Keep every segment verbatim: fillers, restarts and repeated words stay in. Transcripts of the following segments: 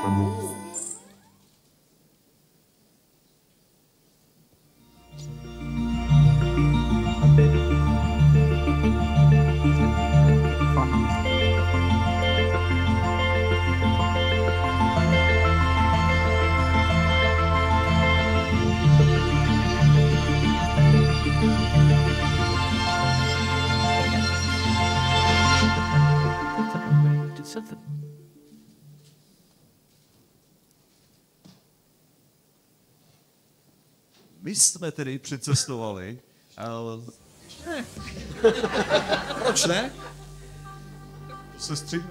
My jsme tedy přicestovali, ale... Ne. Proč ne? Se střídme.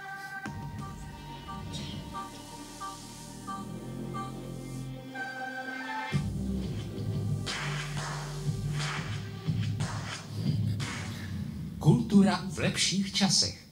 Kultura v lepších časech.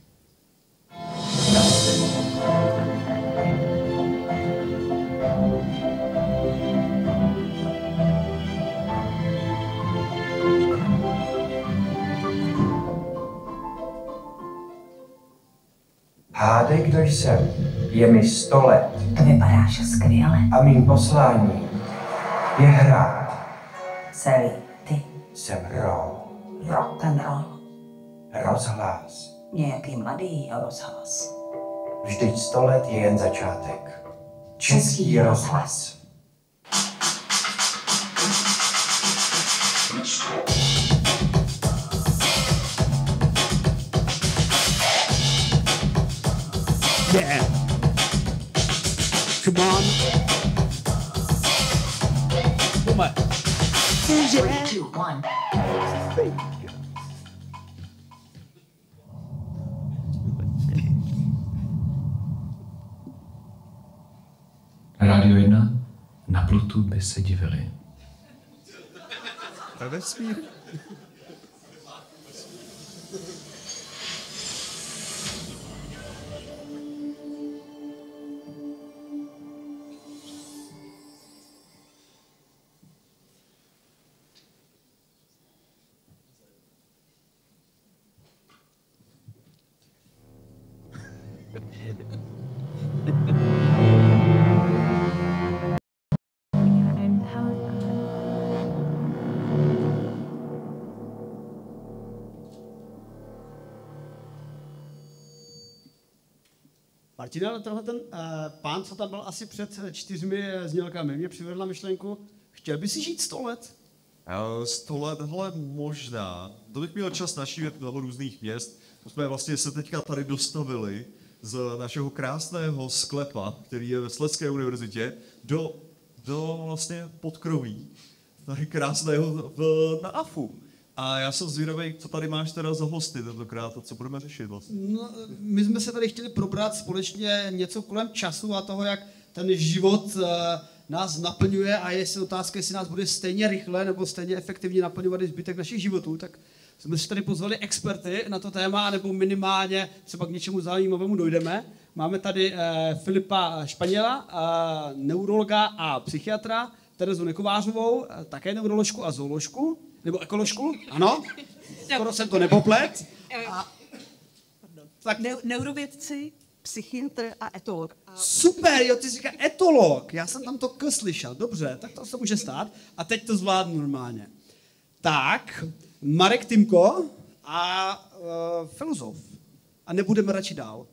Hádej, kdo jsem. Je mi sto let. To vypadáš skvěle. A mým posláním je hrát. Celý ty. Jsem roll. Rock and roll. Rozhlas. Nějaký mladý rozhlas. Vždyť sto let je jen začátek. Český rozhlas. Yeah. Come on. Come on. Three, two, one. Rádio jedna, na Plutu by se divili. To je vesmír. Martina, ale tenhle ten uh, pán, co tam byl asi před čtyřmi znělkami, mě přivedl na myšlenku, chtěl by si žít sto let? Sto let, hele, možná. To bych měl čas navštívit mnoho různých měst. Jsme vlastně se teďka tady dostavili z našeho krásného sklepa, který je ve Slezské univerzitě, do, do vlastně podkroví, tady krásného v, na Afu. A já jsem zvědavý, co tady máš teda za hosty tentokrát a co budeme řešit vlastně. No, my jsme se tady chtěli probrat společně něco kolem času a toho, jak ten život uh, nás naplňuje a jestli otázka, jestli nás bude stejně rychle nebo stejně efektivně naplňovat i zbytek našich životů, tak jsme si tady pozvali experty na to téma, nebo minimálně třeba k něčemu zajímavému dojdeme. Máme tady uh, Filipa Španěla, uh, neurologa a psychiatra, Terezu Nekovářovou, uh, také neuroložku a zooložku, nebo ekoložku, ano, skoro jsem to nepoplet. A, tak. Ne- neurovědci, psychiatr a etolog. A... Super, jo, ty jsi říká etolog, já jsem tam to k slyšel, dobře, tak to se může stát a teď to zvládnu normálně. Tak, Marek Tymko a uh, filozof. A nebudeme radši dál.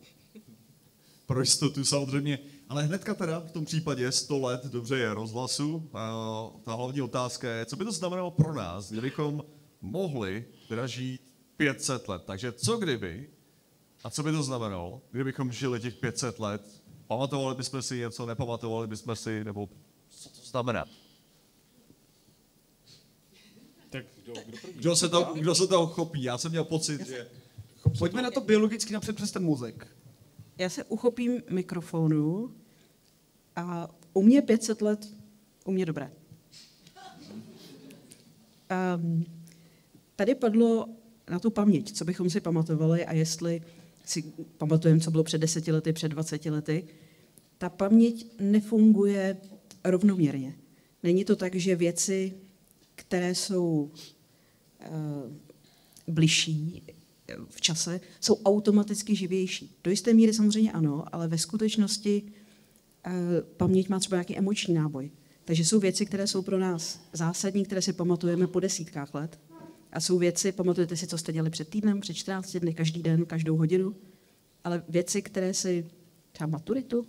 Pro jistotu samozřejmě, ale hnedka teda v tom případě sto let, dobře, je rozhlasu. A ta hlavní otázka je, co by to znamenalo pro nás, kdybychom mohli teda žít pět set let. Takže co kdyby, a co by to znamenalo, kdybychom žili těch pět set let, pamatovali bychom si něco, nepamatovali bychom si, nebo co to znamená? Tak kdo, kdo, kdo, se to, kdo se toho chopí? Já jsem měl pocit, že... Pojďme na to biologicky napřed přes ten mozek. Já se uchopím mikrofonu a u mě pět set let, u mě dobré. Um, tady padlo na tu paměť, co bychom si pamatovali a jestli si pamatujeme, co bylo před deseti lety, před dvaceti lety. Ta paměť nefunguje rovnoměrně. Není to tak, že věci, které jsou uh, bližší v čase, jsou automaticky živější. Do jisté míry samozřejmě ano, ale ve skutečnosti paměť má třeba nějaký emoční náboj. Takže jsou věci, které jsou pro nás zásadní, které si pamatujeme po desítkách let. A jsou věci, pamatujete si, co jste dělali před týdnem, před čtrnácti dny, každý den, každou hodinu. Ale věci, které si, třeba maturitu,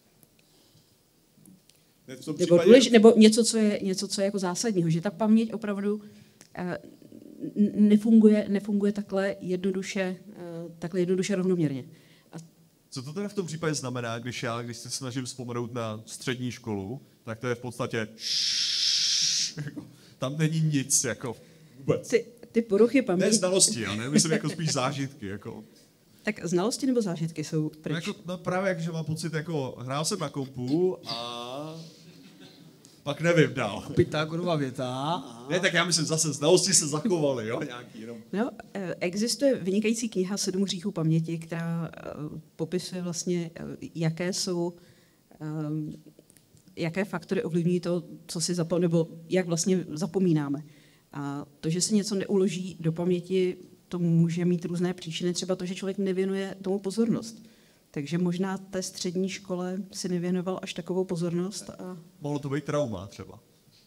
Ne, v tom nebo, případě- důlež, nebo něco, co je, něco, co je jako zásadního, že ta paměť opravdu eh, n- nefunguje, nefunguje takhle jednoduše, eh, takhle jednoduše rovnoměrně. A Co to teda v tom případě znamená, když já, když se snažím vzpomenout na střední školu, tak to je v podstatě jako, tam není nic, jako vůbec. ty, ty poruchy Ne paměti, znalosti, já nemyslím jako spíš zážitky, jako. tak znalosti nebo zážitky jsou No, pryč. jako, no právě jak, že mám pocit, jako hrál jsem na kompu a pak nevím dál. Pythagorova věta. A... Ne, tak já myslím zase, znalosti se zachovaly, jo, nějaký jenom. No, eh, existuje vynikající kniha Sedm hříchů paměti, která eh, popisuje vlastně, eh, jaké jsou, eh, jaké faktory ovlivňují to, co si zapom- nebo jak vlastně zapomínáme. A to, že se něco neuloží do paměti, to může mít různé příčiny, třeba to, že člověk nevěnuje tomu pozornost. Takže možná té střední škole si nevěnoval až takovou pozornost a Mohlo to být trauma třeba.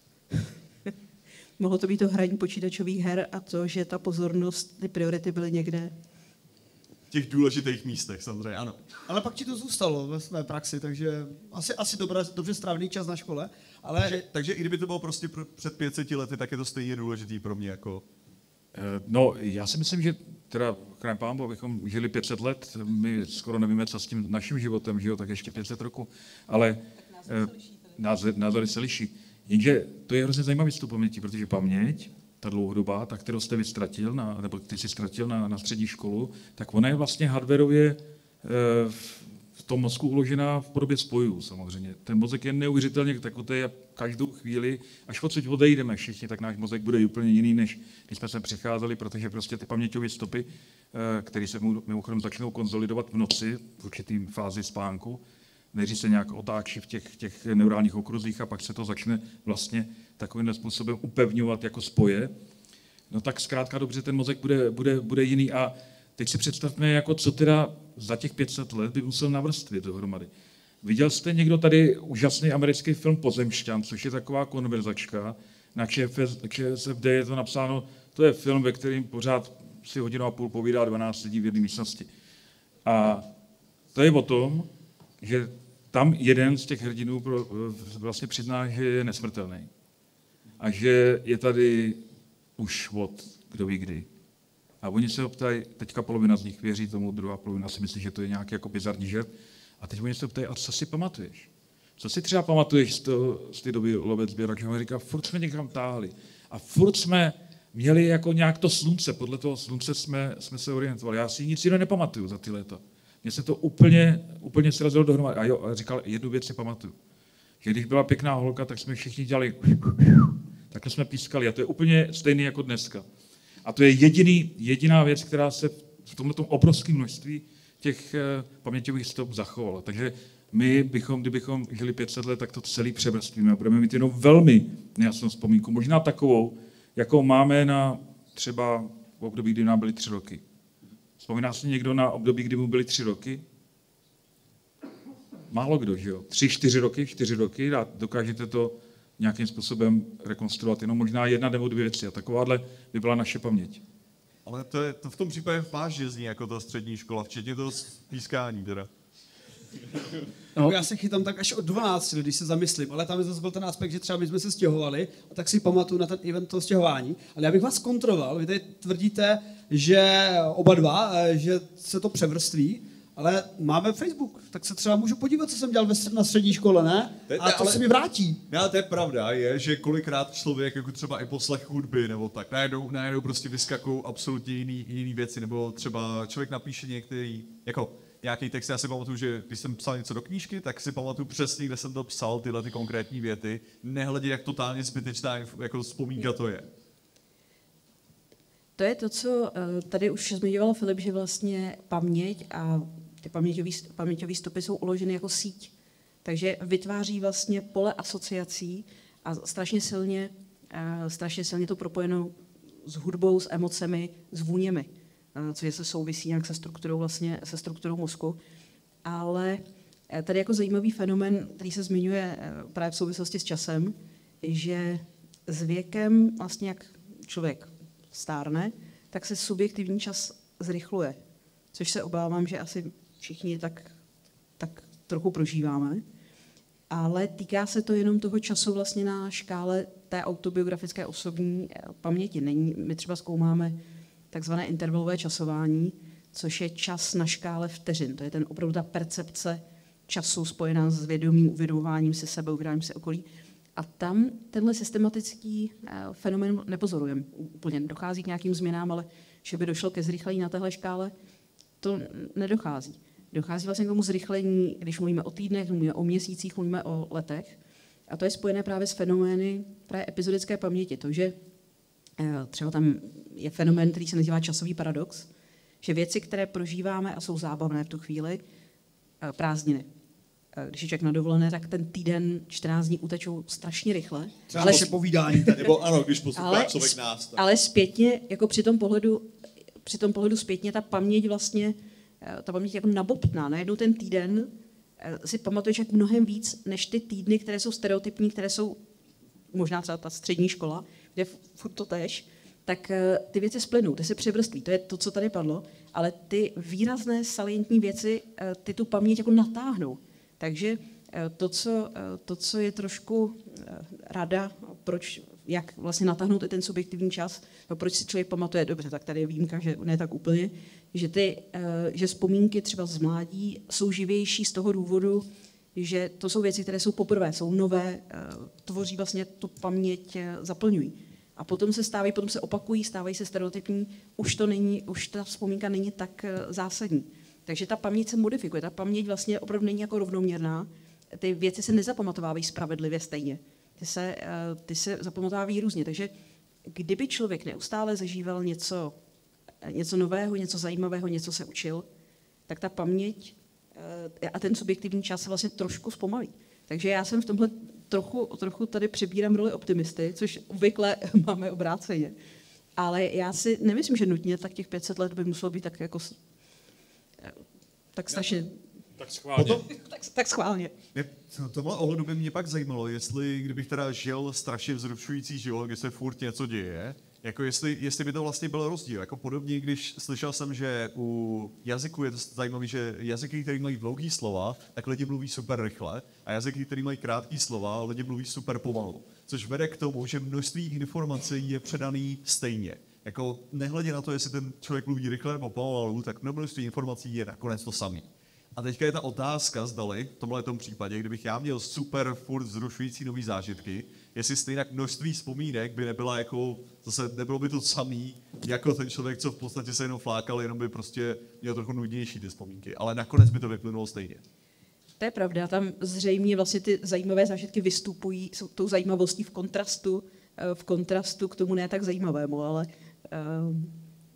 mohlo to být to hraní počítačových her a to, že ta pozornost, ty priority byly někde. V těch důležitých místech, samozřejmě, ano. Ale pak ti to zůstalo ve své praxi, takže asi, asi dobré, dobře strávený čas na škole. Ale Takže, takže i kdyby to bylo prostě pro, před pět set lety, tak je to stejně důležitý pro mě, jako. Eh, No, já si myslím, že teda chraň pán Bůh, abychom žili pět set let, my skoro nevíme, co s tím naším životem, že jo, tak ještě pět set roku, ale eh, názory, názory se liší. Jenže to je hrozně zajímavý z toho paměti, protože paměť, ta dlouhodobá, ta, kterou jste vystratil, na, nebo ty jsi ztratil na, na střední školu, tak ona je vlastně hardwareově eh, v tom mozku uložená v podobě spojů samozřejmě. Ten mozek je neuvěřitelně takový a každou chvíli, až odsud odejdeme všichni, tak náš mozek bude úplně jiný, než když jsme se přicházeli, protože prostě ty paměťové stopy, eh, které se mu- mimochodem začnou konsolidovat v noci, v určitým fázi spánku, než se nějak otáčí v těch, v těch neurálních okruzích a pak se to začne vlastně takovým způsobem upevňovat jako spoje, no tak zkrátka dobře ten mozek bude, bude, bude jiný a teď si představme, jako co teda za těch pět set let by musel navrstvit dohromady. Viděl jste někdo tady úžasný americký film Pozemšťan, což je taková konverzačka, na ČSFD je to napsáno, to je film, ve kterém pořád si hodinu a půl povídá dvanáct lidí v jedné místnosti. A to je o tom, že tam jeden z těch hrdinů pro, vlastně přizná, že je nesmrtelný. A že je tady už od kdo ví kdy. A oni se ho ptají, teďka polovina z nich věří tomu, druhá polovina si myslí, že to je nějaký jako bizarní žert. A teď oni se ho ptají, a co si pamatuješ? Co si třeba pamatuješ z, toho, z té doby lovec sběrak? A on říká, furt jsme někam táhli. A furt jsme měli jako nějak to slunce, podle toho slunce jsme, jsme se orientovali. Já si nic jiného nepamatuju za ty léta. Mně se to úplně, úplně srazilo dohromady. A jo, a říkal, jednu věc si pamatuju. Že když byla pěkná holka, tak jsme všichni dělali, takhle jsme pískali. A to je úplně stejný jako dneska. A to je jediný, jediná věc, která se v tomto obrovském množství těch eh, paměťových stop zachovala. Takže my bychom, kdybychom žili pět set let, tak to celý převrstvíme a budeme mít jenom velmi nejasnou vzpomínku. Možná takovou, jakou máme na třeba v období, kdy nám byly tři roky. Vzpomíná si někdo na období, kdy mu byly tři roky? Málo kdo, že jo? Tři, čtyři roky, čtyři roky a dokážete to nějakým způsobem rekonstruovat. Jenom možná jedna nebo dvě věci a takováhle by byla naše paměť. Ale to, je, to v tom případě vážně zní jako ta střední škola, včetně toho pískání teda. No. Já se chytám tak až od dvanácti, když se zamyslím, ale tam je zase byl ten aspekt, že třeba my jsme se stěhovali, a tak si pamatuju na ten event toho stěhování. Ale já bych vás kontroloval, vy tady tvrdíte, že oba dva, eh, že se to převrství, ale máme Facebook, tak se třeba můžu podívat, co jsem dělal ve střed, na střední škole, ne? To- A to ale- se mi vrátí. No, to je pravda, je, že kolikrát člověk, jako třeba i poslech hudby, nebo tak, najednou, najednou prostě vyskakují absolutně jiný, jiný věci, nebo třeba člověk napíše některý, jako nějaký text, já si pamatuju, že když jsem psal něco do knížky, tak si pamatuju přesně, kde jsem to psal, tyhle ty konkrétní věty, nehledě, jak totálně zbytečná jako vzpomínka to je. To je to, co eh, tady už zmiňoval Filip, že vlastně paměť a ty paměťové stopy jsou uloženy jako síť. Takže vytváří vlastně pole asociací a strašně silně, eh, strašně silně to propojeno s hudbou, s emocemi, s vůněmi, eh, což se souvisí nějak se strukturou, vlastně, se strukturou mozku. Ale Tady jako zajímavý fenomén, který se zmiňuje právě v souvislosti s časem, že s věkem, vlastně jak člověk stárne, tak se subjektivní čas zrychluje, což se obávám, že asi všichni tak, tak trochu prožíváme. Ale týká se to jenom toho času vlastně na škále té autobiografické osobní paměti. Není, my třeba zkoumáme takzvané intervalové časování, což je čas na škále vteřin. To je ten opravdu ta percepce času spojená s vědomým uvědomováním se sebe, uvědománím se okolí. A tam tenhle systematický fenomén nepozorujeme. Úplně dochází k nějakým změnám, ale že by došlo ke zrychlení na téhle škále, to nedochází. Dochází vlastně k tomu zrychlení, když mluvíme o týdnech, mluvíme o měsících, mluvíme o letech. A to je spojené právě s fenomény právě epizodické paměti. To, že třeba tam je fenomén, který se nazývá časový paradox, že věci, které prožíváme a jsou zábavné v tu chvíli, prázdniny. Když je člověk na dovolené, tak ten týden, čtrnáct dní utečou strašně rychle. Třeba ale, naše povídání tady. Nebo ano, když poslouchá ale, člověk nás. Tak. Ale zpětně, jako při tom pohledu, při tom pohledu zpětně, ta paměť vlastně, ta paměť jako nabobtná. Najednou ten týden si pamatuješ jak mnohem víc, než ty týdny, které jsou stereotypní, které jsou možná třeba ta střední škola, kde furt to též, tak ty věci splynou, ty se převrství, to je to, co tady padlo, ale ty výrazné salientní věci, ty tu paměť jako natáhnou. Takže to, co, to, co je trošku rada, proč, jak vlastně natáhnout i ten subjektivní čas, no proč si člověk pamatuje, dobře, tak tady je výjimka, že ne tak úplně, že, ty, že vzpomínky třeba z mládí jsou živější z toho důvodu, že to jsou věci, které jsou poprvé, jsou nové, tvoří vlastně tu paměť, zaplňují. A potom se stávají, potom se opakují, stávají se stereotypní, už to není, už ta vzpomínka není tak zásadní. Takže ta paměť se modifikuje, ta paměť vlastně opravdu není jako rovnoměrná, ty věci se nezapamatovávají spravedlivě stejně, ty se, ty se zapamatovávají různě. Takže kdyby člověk neustále zažíval něco, něco nového, něco zajímavého, něco se učil, tak ta paměť a ten subjektivní čas se vlastně trošku zpomalí. Takže já jsem v tomhle trochu, trochu tady přebírám roli optimisty, což obvykle máme obráceně. Ale já si nemyslím, že nutně tak těch pět set let by muselo být tak jako tak strašně. Tak schválně. Potom, tak, tak schválně. V tomhle ohledu by mě pak zajímalo, jestli kdybych teda žil strašně vzrušující život, kde se furt něco děje, jako jestli, jestli by to vlastně byl rozdíl. Jako podobně, když slyšel jsem, že u jazyku je to zajímavé, že jazyky, které mají dlouhý slova, tak lidi mluví super rychle, a jazyky, které mají krátký slova, lidi mluví super pomalu. Což vede k tomu, že množství informací je předaný stejně. Jako nehledě na to, jestli ten člověk mluví rychle nebo pomalu, tak množství informací je nakonec to samé. A teďka je ta otázka, zdali v tomhle tom případě, kdybych já měl super furt vzrušující nový zážitky, jestli stejně množství vzpomínek by nebyla jako, zase nebylo by to samý, jako ten člověk, co v podstatě se jenom flákal, jenom by prostě měl trochu nudnější ty vzpomínky, ale nakonec by to vyplynulo stejně. To je pravda, tam zřejmě vlastně ty zajímavé zážitky vystupují s tou zajímavostí v kontrastu, v kontrastu k tomu ne tak zajímavému, ale... Um...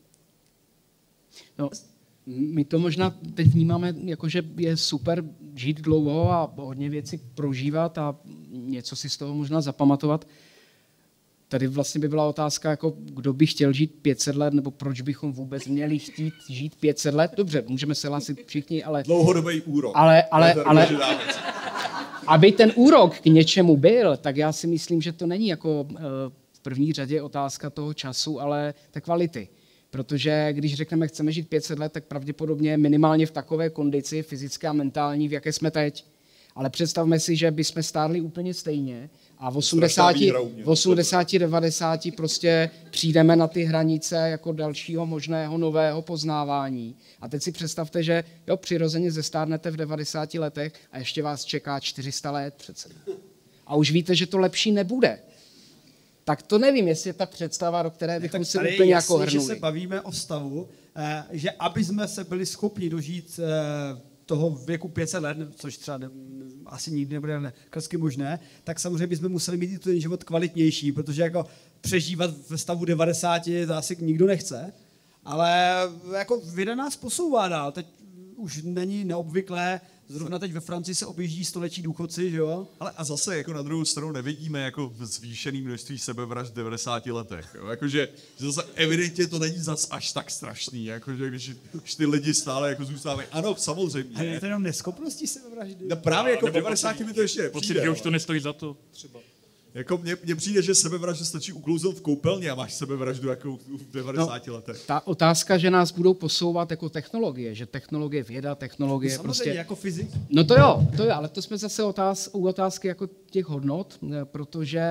No. My to možná teď vnímáme, jako že je super žít dlouho a hodně věcí prožívat a něco si z toho možná zapamatovat. Tady vlastně by byla otázka, jako kdo by chtěl žít pět set let, nebo proč bychom vůbec měli chtít žít pět set let. Dobře, můžeme se hlásit všichni, ale... Dlouhodobý úrok. Ale, ale, ale, aby ten úrok k něčemu byl, tak já si myslím, že to není jako v první řadě otázka toho času, ale té kvality. Protože když řekneme, chceme žít pět set let, tak pravděpodobně minimálně v takové kondici fyzické a mentální, v jaké jsme teď. Ale představme si, že bychom stárli úplně stejně a v osmdesáti, devadesáti prostě přijdeme na ty hranice jako dalšího možného nového poznávání. A teď si představte, že jo, přirozeně zestárnete v devadesáti letech a ještě vás čeká čtyři sta let přece. A už víte, že to lepší nebude. Tak to nevím, jestli je ta představa, do které bychom si úplně jako hrnuli. Že se bavíme o stavu, že aby jsme se byli schopni dožít toho věku pět set let, což třeba ne, asi nikdy nebude krsky možné, tak samozřejmě bychom museli mít i ten život kvalitnější, protože jako přežívat ve stavu devadesáti to asi nikdo nechce, ale jako věda nás posouvá dál. Teď už není neobvyklé Zrovna teď ve Francii se objíždí století důchodci, že jo? Ale a zase jako na druhou stranu nevidíme jako zvýšený množství sebevražd v devadesáti letech. Jo? Jakože že zase evidentně to není zas až tak strašný, jakože když, když ty lidi stále jako zůstávají. Ano, samozřejmě. Ale je to jenom neschopností sebevraždy. No právě jako v Nebo devadesáti mi to ještě Pocit, nepřijde. že už ale- to nestojí za to třeba. Jako mně, mně přijde, že sebevražda stačí uklouznout v koupelně a máš sebevraždu jako v devadesáti No, letech. Ta otázka, že nás budou posouvat jako technologie, že technologie, věda, technologie, Samozřejmě prostě... jako fyzik. No to jo, to jo, ale to jsme zase otáz, u otázky jako těch hodnot, eh, protože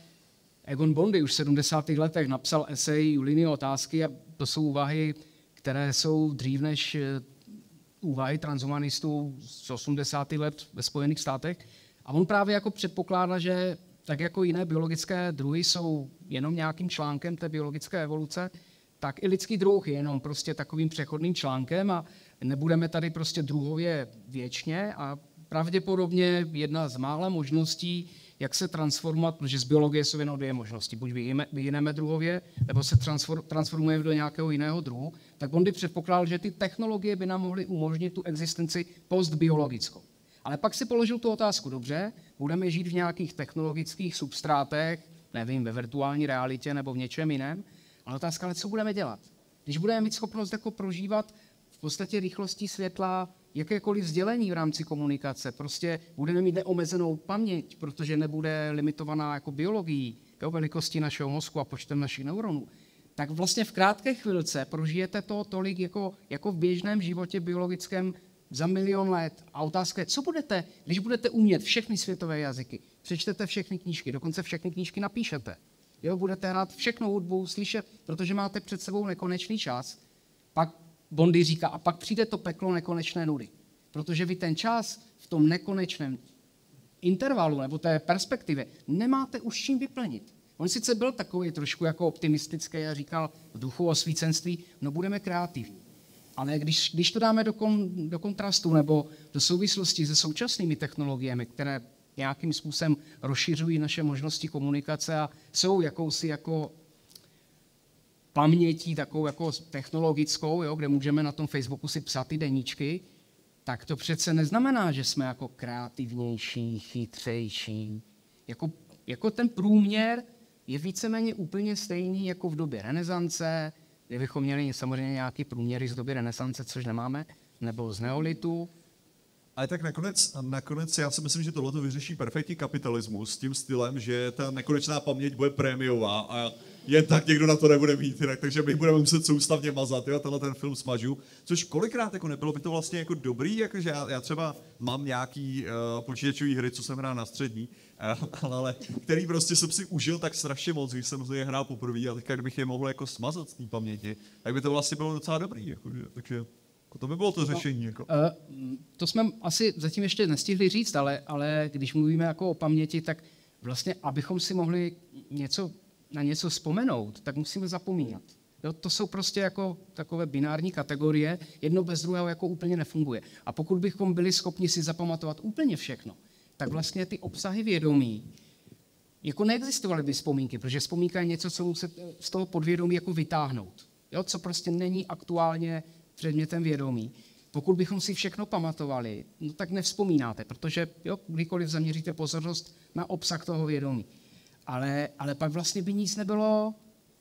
Egon Bondy už v sedmdesátých letech napsal esej Julijny otázky a to jsou úvahy, které jsou dřív než eh, úvahy transhumanistů z osmdesátých let ve Spojených státech. A on právě jako předpokládá, že tak jako jiné biologické druhy jsou jenom nějakým článkem té biologické evoluce, tak i lidský druh je jenom prostě takovým přechodným článkem a nebudeme tady prostě druhově věčně a pravděpodobně jedna z mála možností, jak se transformovat, protože z biologie jsou jenom dvě možnosti, buď vyjíme- vyjineme druhově, nebo se transfor- transformujeme do nějakého jiného druhu, tak Bondy předpokládal, že ty technologie by nám mohly umožnit tu existenci postbiologickou. Ale pak si položil tu otázku, dobře, budeme žít v nějakých technologických substrátech, nevím, ve virtuální realitě nebo v něčem jiném, ale otázka, ale co budeme dělat? Když budeme mít schopnost jako prožívat v podstatě rychlostí světla jakékoliv sdělení v rámci komunikace, prostě budeme mít neomezenou paměť, protože nebude limitovaná jako biologií, jo, velikostí našeho mozku a počtem našich neuronů, tak vlastně v krátké chvilce prožijete to tolik jako, jako v běžném životě biologickém za milion let. A otázka je, co budete, když budete umět všechny světové jazyky, přečtete všechny knížky, dokonce všechny knížky napíšete. Jo, budete hrát všechno hudbu, slyšet, protože máte před sebou nekonečný čas. Pak Bondy říká, a pak přijde to peklo nekonečné nuly. Protože vy ten čas v tom nekonečném intervalu nebo té perspektivě nemáte už čím vyplnit. On sice byl takový trošku jako optimistický a říkal v duchu osvícenství, no budeme kreativní. Ale když, když to dáme do, kon, do kontrastu nebo do souvislosti se současnými technologiemi, které nějakým způsobem rozšiřují naše možnosti komunikace a jsou jakousi jako pamětí takovou jako technologickou, jo, kde můžeme na tom Facebooku si psát ty deníčky, tak to přece neznamená, že jsme jako kreativnější, chytřejší. Jako, jako ten průměr je víceméně úplně stejný jako v době renesance, kde bychom měli samozřejmě nějaký průměry z doby renesance, což nemáme, nebo z neolitu. Ale tak nakonec, nakonec já si myslím, že tohle vyřeší perfektní kapitalismus s tím stylem, že ta nekonečná paměť bude prémiová a jen tak někdo na to nebude mít, jinak, takže my budeme muset soustavně mazat, jo, tenhle ten film smažu, což kolikrát jako nebylo by to vlastně jako dobrý, jakože já, já třeba mám nějaký uh, počítačový hry, co jsem hrál na střední, uh, ale který prostě jsem si užil tak strašně moc, když jsem je hrál poprvé a teďka kdybych je mohl jako smazat z té paměti, tak by to vlastně bylo docela dobrý, jakože, takže to by bylo to řešení. Jako. Uh, to jsme asi zatím ještě nestihli říct, ale, ale když mluvíme jako o paměti, tak vlastně, abychom si mohli něco, na něco vzpomenout, tak musíme zapomínat. Jo, to jsou prostě jako takové binární kategorie, jedno bez druhého jako úplně nefunguje. A pokud bychom byli schopni si zapamatovat úplně všechno, tak vlastně ty obsahy vědomí, jako neexistovaly by vzpomínky, protože vzpomínka je něco, co musí z toho podvědomí jako vytáhnout. Jo, co prostě není aktuálně předmětem vědomí. Pokud bychom si všechno pamatovali, no tak nevzpomínáte, protože jo, kdykoliv zaměříte pozornost na obsah toho vědomí. Ale, ale pak vlastně by nic nebylo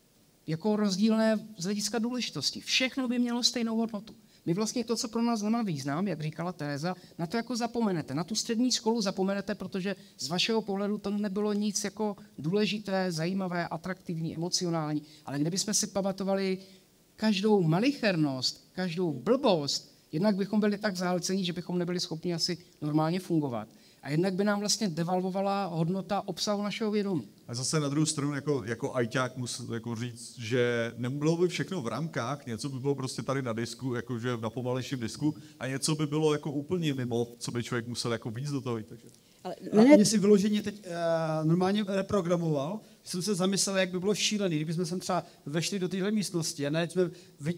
jako rozdílné z hlediska důležitosti. Všechno by mělo stejnou hodnotu. My vlastně to, co pro nás nemá význam, jak říkala Tereza, na to jako zapomenete. Na tu střední školu zapomenete, protože z vašeho pohledu to nebylo nic jako důležité, zajímavé, atraktivní, emocionální. Ale kdybychom si pamatovali každou malichernost, každou blbost, jednak bychom byli tak zahlcení, že bychom nebyli schopni asi normálně fungovat. A jednak by nám vlastně devalvovala hodnota obsahu našeho vědomí. A zase na druhou stranu jako, jako ajťák musím jako říct, že nebylo by všechno v rámkách, něco by bylo prostě tady na disku, jakože na pomalejším disku, a něco by bylo jako úplně mimo, co by člověk musel jako víc do toho. Takže. Ale ne, mě si vyloženě teď uh, normálně reprogramoval, že jsem se zamyslel, jak by bylo šílený, kdybychom sem třeba vešli do téhle místnosti a ne, jsme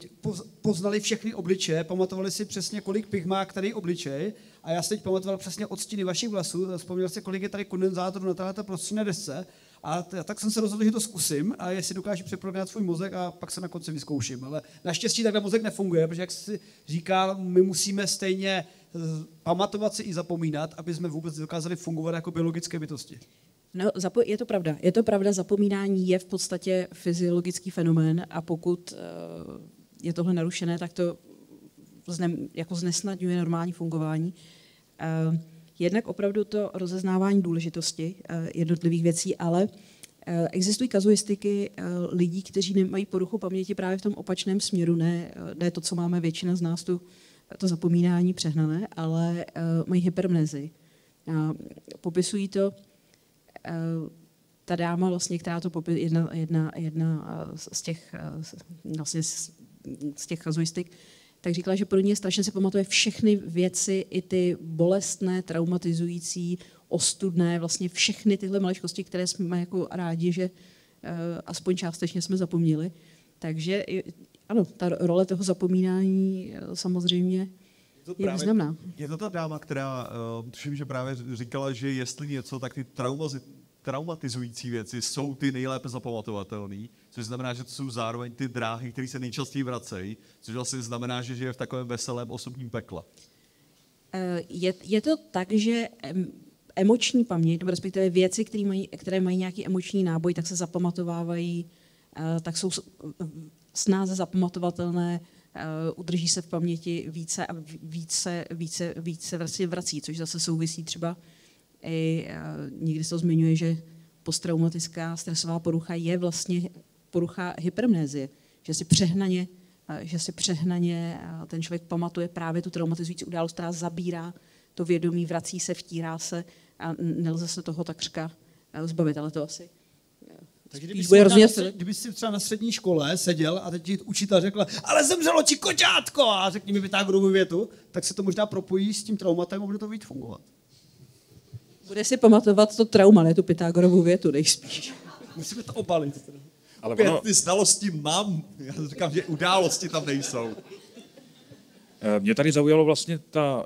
poznali všechny obličeje, pamatovali si přesně, kolik pich má který obličej, a já si teď pamatoval přesně odstíny vašich vlasů, vzpomněl si, kolik je tady kondenzátorů na této prostřední desce, a t- tak jsem se rozhodl, že to zkusím, a jestli dokážu přeprogramovat svůj mozek, a pak se na konci vyzkouším. Ale naštěstí takhle mozek nefunguje, protože jak si říkal, my musíme stejně pamatovat si i zapomínat, aby jsme vůbec dokázali fungovat jako biologické bytosti? No, zapo- je to pravda. Je to pravda, zapomínání je v podstatě fyziologický fenomén a pokud uh, je tohle narušené, tak to zne, jako znesnadňuje normální fungování. Uh, jednak opravdu to rozeznávání důležitosti uh, jednotlivých věcí, ale uh, existují kazuistiky uh, lidí, kteří nemají poruchu paměti právě v tom opačném směru, ne, ne to, co máme většina z nás, tu, to zapomínání přehnané, ale uh, mají hypermnézi. Uh, popisují to ta dáma, vlastně, která to popí, jedna, jedna, jedna z těch, vlastně z, z těch kazuistik, tak říkala, že pro ně strašně si pamatuje všechny věci, i ty bolestné, traumatizující, ostudné, vlastně všechny tyhle maličkosti, které jsme jako rádi, že aspoň částečně jsme zapomněli. Takže ano, ta role toho zapomínání samozřejmě je právě, významná. Je to ta dáma, která, uh, tuším, že právě říkala, že jestli něco, tak ty traumazi, traumatizující věci jsou ty nejlépe zapamatovatelné, což znamená, že to jsou zároveň ty dráhy, které se nejčastěji vracejí, což vlastně znamená, že žije v takovém veselém osobním pekle. Je, je to tak, že emoční paměť, nebo respektive věci, které mají, které mají nějaký emoční náboj, tak se zapamatovávají, tak jsou snáze zapamatovatelné, udrží se v paměti více a více, více, více vlastně vrací, což zase souvisí třeba i, někdy se to zmiňuje, že posttraumatická stresová porucha je vlastně porucha hypermnézie, že si přehnaně, že si přehnaně ten člověk pamatuje právě tu traumatizující událost, která zabírá to vědomí, vrací se, vtírá se a nelze se toho takřka zbavit, ale to asi... Takže kdyby jsi, na, kdyby jsi třeba na střední škole seděl a teď ti učitel řekl, ale zemřelo ti koťátko a řekni mi Pythagorovou větu, tak se to možná propojí s tím traumatem a bude to víc fungovat. Bude si pamatovat to trauma, ne tu Pythagorovou větu, nejspíš. Musíme to obalit. Ale Pět, ono... ty znalosti mám, já říkám, že události tam nejsou. Mě tady zaujalo vlastně ta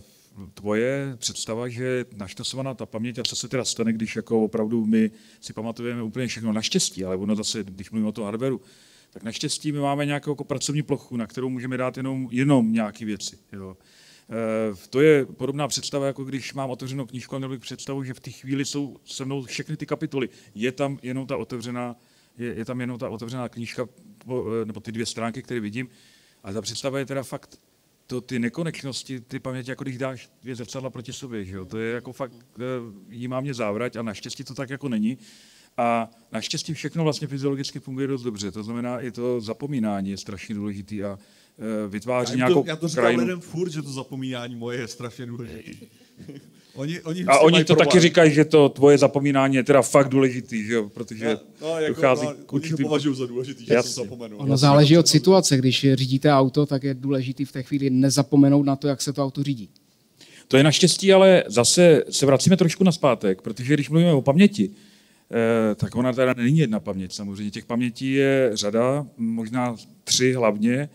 tvoje představa, že naštosovaná ta paměť a co se teda stane, když jako opravdu my si pamatujeme úplně všechno naštěstí, ale ono zase, když mluvíme o tom hardwareu, tak naštěstí my máme nějakou jako pracovní plochu, na kterou můžeme dát jenom, jenom nějaké věci. Jo. E, to je podobná představa, jako když mám otevřenou knížku a měl bych představu, že v té chvíli jsou se mnou všechny ty kapitoly. Je tam jenom ta otevřená, je, je tam jenom ta otevřená knížka, nebo ty dvě stránky, které vidím, ale ta představa je teda fakt to ty nekonečnosti, ty paměti, jako když dáš dvě zrcadla proti sobě, že jo? To je jako fakt, jí má mě závrať a naštěstí to tak jako není. A naštěstí všechno vlastně fyziologicky funguje dost dobře, to znamená i to zapomínání je strašně důležitý a vytváří já nějakou to, Já to říkám krajinu. Lidem furt, že to zapomínání moje je strašně důležitý. oni, oni a oni to problém. Taky říkají, že to tvoje zapomínání je teda fakt důležitý, že jo? Protože no, no, jako, dochází no, k určitým... Oni to považují za důležitý, že to zapomenu. Ono záleží od situace, když řídíte auto, tak je důležitý v té chvíli nezapomenout na to, jak se to auto řídí. To je naštěstí, ale zase se vracíme trošku nazpátek, protože když mluvíme o paměti, eh, tak ona teda není jedna paměť samozřejmě. Těch pamětí je řada, možná tři hlavně.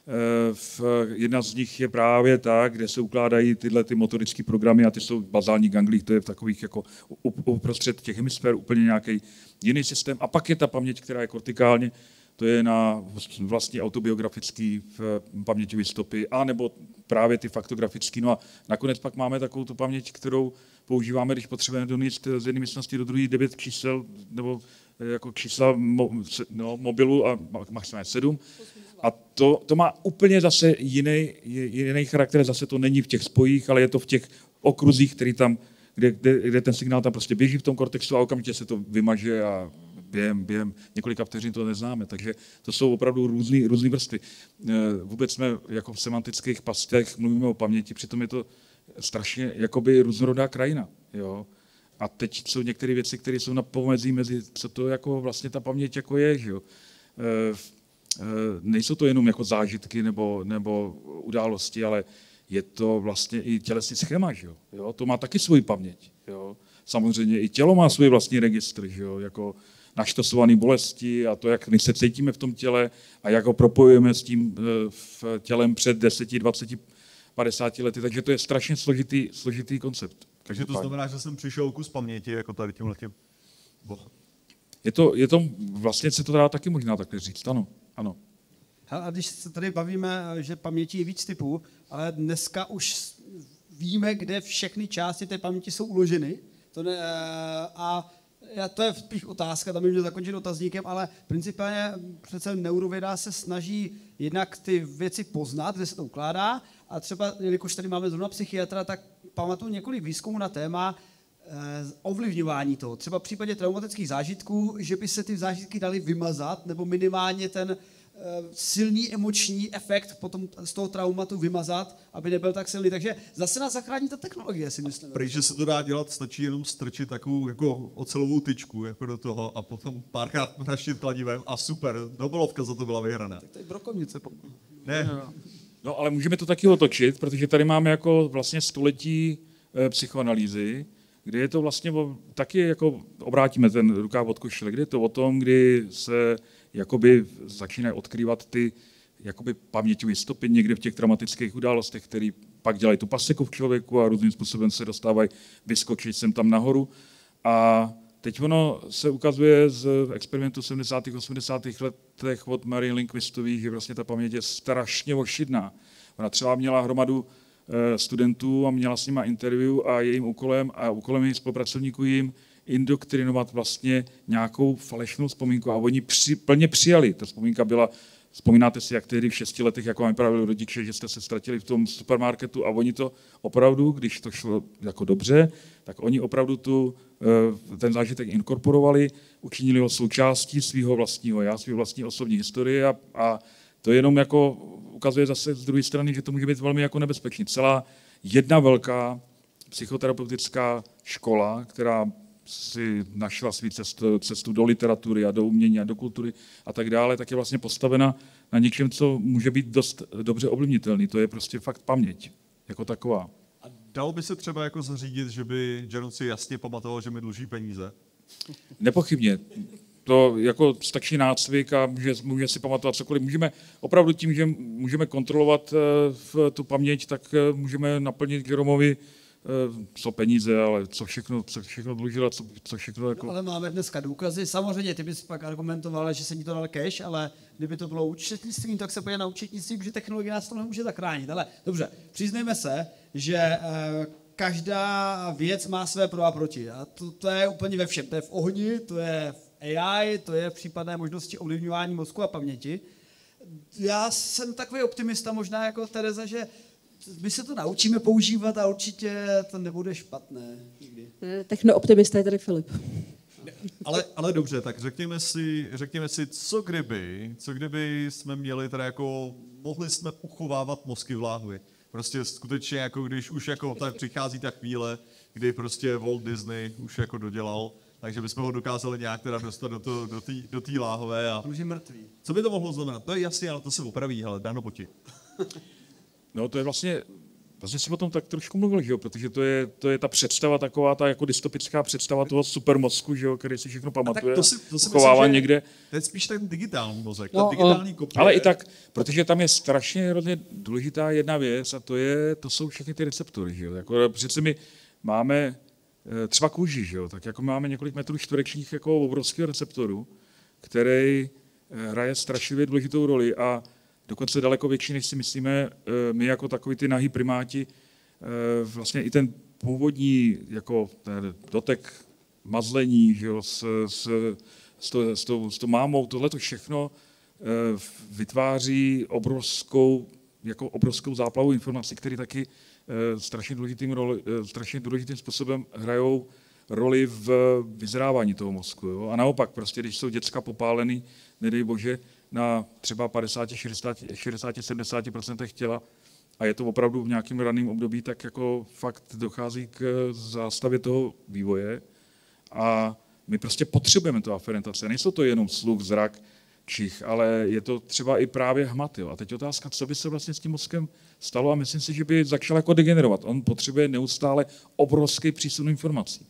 V, jedna z nich je právě ta, kde se ukládají tyhle ty motorické programy a ty jsou v bazální ganglích, to je v takových jako uprostřed těch hemisfér úplně nějaký jiný systém. A pak je ta paměť, která je kortikálně, to je na vlastně autobiografické paměťové stopy, anebo právě ty faktografické. No a nakonec pak máme takovou tu paměť, kterou používáme, když potřebujeme donést z jedné místnosti do druhé devět čísel, nebo jako čísla mo, no, mobilu a maximálně sedm. A to, to má úplně zase jiný, jiný charakter, zase to není v těch spojích, ale je to v těch okruzích, který tam, kde, kde, kde ten signál tam prostě běží v tom kortexu a okamžitě se to vymaže a během, během několika vteřin to neznáme. Takže to jsou opravdu různý, různý vrstvy. Vůbec jsme jako v semantických pastech mluvíme o paměti, přitom je to strašně jakoby různorodá krajina. Jo? A teď jsou některé věci, které jsou na pomezí mezi, co to jako vlastně ta paměť jako je. Že jo? Nejsou to jenom jako zážitky nebo, nebo události, ale je to vlastně i tělesný schéma, že jo? Jo? To má taky svoji paměť. Jo? Samozřejmě i tělo má svůj vlastní registr, že jo? Jako naštosované bolesti a to, jak my se cítíme v tom těle a jak ho propojujeme s tím v tělem před deseti, dvaceti, padesáti lety. Takže to je strašně složitý, složitý koncept. Takže to znamená, že jsem přišel kus paměti, jako tady tímhletím. Je to, je to, vlastně se to dá taky možná takhle říct, ano. ano. A když se tady bavíme, že paměti je víc typů, ale dneska už víme, kde všechny části té paměti jsou uloženy. To ne, a to je spíš otázka, tam bych měl zakončit otazníkem, ale principálně přece neurověda se snaží jednak ty věci poznat, kde se to ukládá, a třeba, jelikož tady máme zrovna psychiatra, tak pamatuju několik výzkumů na téma eh, ovlivňování toho. Třeba v případě traumatických zážitků, že by se ty zážitky daly vymazat, nebo minimálně ten silný emoční efekt potom z toho traumatu vymazat, aby nebyl tak silný. Takže zase nás zachrání ta technologie, si myslím. Prý, že se to dá dělat, stačí jenom strčit takovou jako ocelovou tyčku jako do toho a potom párkrát mraštit kladivem a super, dobolovka za to byla vyhraná. Tak to je brokovnice. Ne. No, ale můžeme to taky otočit, protože tady máme jako vlastně století e, psychoanalýzy, kde je to vlastně o, taky jako obrátíme ten rukáv od košile, kde je to o tom, kdy se jakoby začínají odkrývat ty jakoby paměťové stopy někde v těch traumatických událostech, které pak dělají tu paseku v člověku a různým způsobem se dostávají vyskočit sem tam nahoru. A teď ono se ukazuje z experimentu v sedmdesátých osmdesátých letech od Marie Lindquistových, že vlastně ta paměť je strašně ošidná. Ona třeba měla hromadu studentů a měla s nima interview a jejím úkolem a úkolem jejich spolupracovníků jim indoktrinovat vlastně nějakou falešnou vzpomínku a oni při, plně přijali. Ta vzpomínka byla, vzpomínáte si, jak tehdy v šesti letech, jako vám vyprávěli rodiče, že jste se ztratili v tom supermarketu a oni to opravdu, když to šlo jako dobře, tak oni opravdu tu, ten zážitek inkorporovali, učinili ho součástí svého vlastního já, svého vlastní osobní historie a, a to jenom jako ukazuje zase z druhé strany, že to může být velmi jako nebezpečný. Celá jedna velká psychoterapeutická škola, která si našla svou cestu, cestu do literatury a do umění a do kultury a tak dále, tak je vlastně postavena na něčem, co může být dost dobře ovlivnitelný. To je prostě fakt paměť jako taková. A dalo by se třeba jako zařídit, že by Jaron si jasně pamatoval, že mi dluží peníze? Nepochybně. To jako stačí nácvik a může, může si pamatovat cokoliv. Můžeme opravdu tím, že můžeme kontrolovat v tu paměť, tak můžeme naplnit Jeromovi co peníze, ale co všechno, co všechno dlužila, co, co všechno jako... No, ale máme dneska důkazy. Samozřejmě, ty bys pak argumentoval, že se mi to dal cash, ale kdyby to bylo účetnictvím, tak se pojde na účetnictví, že technologie nás to nemůže zachránit. Ale dobře, přiznejme se, že eh, každá věc má své pro a proti. A to, to je úplně ve všem. To je v ohni, to je v A I, to je v případné možnosti ovlivňování mozku a paměti. Já jsem takový optimista, možná jako Tereza, že my se to naučíme používat a určitě to nebude špatné nikdy. Technooptimista je tady Filip. Ale, ale dobře, tak řekněme si, řekněme si, co kdyby, co kdyby jsme měli teda jako, mohli jsme uchovávat mozky v láhvi. Prostě skutečně jako když už jako tak přichází ta chvíle, kdy prostě Walt Disney už jako dodělal, takže bychom ho dokázali nějak teda dostat do té do tý, do tý láhové. A už je mrtvý. Co by to mohlo znamenat? To je jasně, ale to se opraví, ale dáno poti. No to je vlastně, vlastně jsem o tom tak trošku mluvil, že jo? Protože to je, to je ta představa taková, ta jako dystopická představa toho supermozku, že jo? Který si všechno pamatuje, to si, to si uchovává myslím, někde. To je spíš ten digitální mozek, No, ten digitální kopie. Ale i tak, protože tam je strašně hrozně důležitá jedna věc a to, je, to jsou všechny ty receptory, že jo? Jako přece my máme třeba kůži, že jo? Tak jako máme několik metrů čtverečních jako obrovského receptoru, který hraje strašlivě důležitou roli a dokonce daleko větší, než si myslíme, my jako takový ty nahý primáti, vlastně i ten původní jako ten dotek mazlení, že jo, s, s, s, to, s, to, s tou mámou, tohle to všechno vytváří obrovskou, jako obrovskou záplavu informací, které taky strašně důležitým, roli, strašně důležitým způsobem hrajou roli v vyzrávání toho mozku. Jo? A naopak, prostě, když jsou děcka popálený, nedej bože, na třeba padesát, šedesát, sedmdesát procent těla a je to opravdu v nějakém raném období, tak jako fakt dochází k zástavě toho vývoje a my prostě potřebujeme tu aferentaci. Nejsou to jenom sluch, zrak, čich, ale je to třeba i právě hmat. Jo. A teď otázka, co by se vlastně s tím mozkem stalo a myslím si, že by začal jako degenerovat. On potřebuje neustále obrovský přísun informací.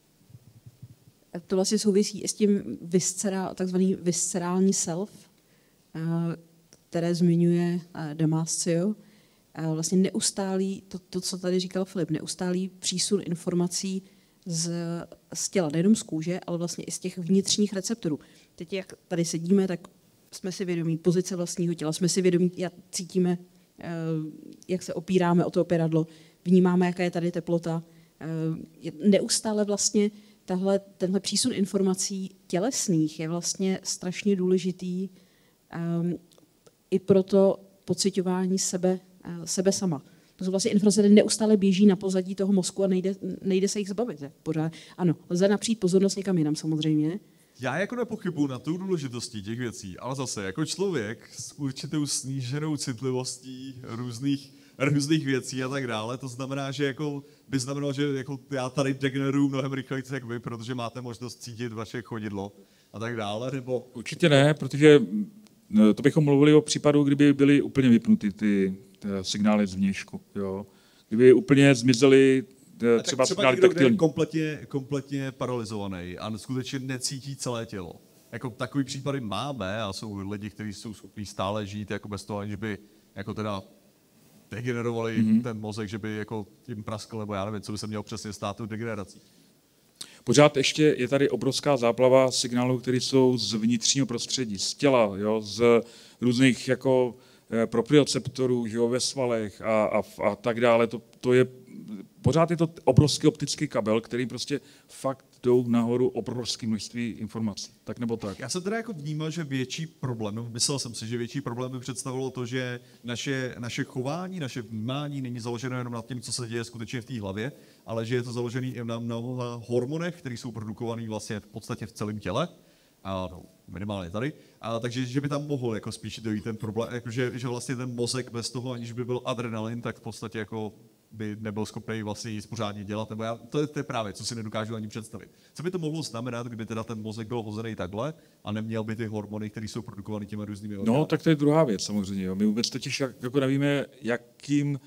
To vlastně souvisí i s tím viscera, takzvaný viscerální self, které zmiňuje Damasio. Vlastně neustálý, to, to, co tady říkal Filip, neustálý přísun informací z, z těla, nejenom z kůže, ale vlastně i z těch vnitřních receptorů. Teď, jak tady sedíme, tak jsme si vědomí pozice vlastního těla, jsme si vědomí, jak cítíme, jak se opíráme o to opěradlo, vnímáme, jaká je tady teplota. Neustále vlastně tahle, tenhle přísun informací tělesných je vlastně strašně důležitý um, i pro to pociťování sebe, uh, sebe sama. To jsou vlastně informace, které neustále běží na pozadí toho mozku a nejde, nejde se jich zbavit. Pořád. Ano, lze napřít pozornost někam jinam samozřejmě. Já jako nepochybuju na tu důležitostí těch věcí, ale zase jako člověk s určitou sníženou citlivostí různých, různých věcí a tak dále, to znamená, že jako by znamenalo, že jako já tady degeneruju mnohem rychleji jak vy, protože máte možnost cítit vaše chodidlo a tak dále, nebo... Určitě ne, protože to bychom mluvili o případu, kdyby byly úplně vypnuty ty, ty signály zvnějšku, jo. Kdyby úplně zmizely třeba, třeba signály někdo, taktilní. je kompletně, kompletně paralizovaný a skutečně necítí celé tělo. Jako takový případy máme a jsou lidi, kteří jsou schopní stále žít jako bez toho, aniž by jako teda degenerovali mm-hmm. ten mozek, že by jako tím praskl, nebo já nevím, co by se mělo přesně stát tou degenerací. Pořád ještě je tady obrovská záplava signálů, které jsou z vnitřního prostředí, z těla, jo, z různých jako proprioceptorů, že jo, ve svalech a, a, a tak dále. To, to je, pořád je to obrovský optický kabel, který prostě fakt jdou nahoru obrovské množství informací. Tak nebo tak. Já jsem teda jako vnímal, že větší problém, myslel jsem si, že větší problém by představilo to, že naše, naše chování, naše vnímání není založeno jenom na tím, co se děje skutečně v té hlavě, ale že je to založené i na, na hormonech, které jsou produkované vlastně v podstatě v celém těle. A no, minimálně tady. A takže že by tam mohl jako spíš dojít ten problém, jako že, že vlastně ten mozek bez toho, aniž by byl adrenalin, tak v podstatě jako by nebyl schopný vlastně nic pořádně dělat, nebo já, to, je, to je právě, co si nedokážu ani představit. Co by to mohlo znamenat, kdyby teda ten mozek byl hozený takhle a neměl by ty hormony, které jsou produkovány těmi různými orgány? No, tak to je druhá věc samozřejmě. Jo. My vůbec totiž jako nevíme, jakým,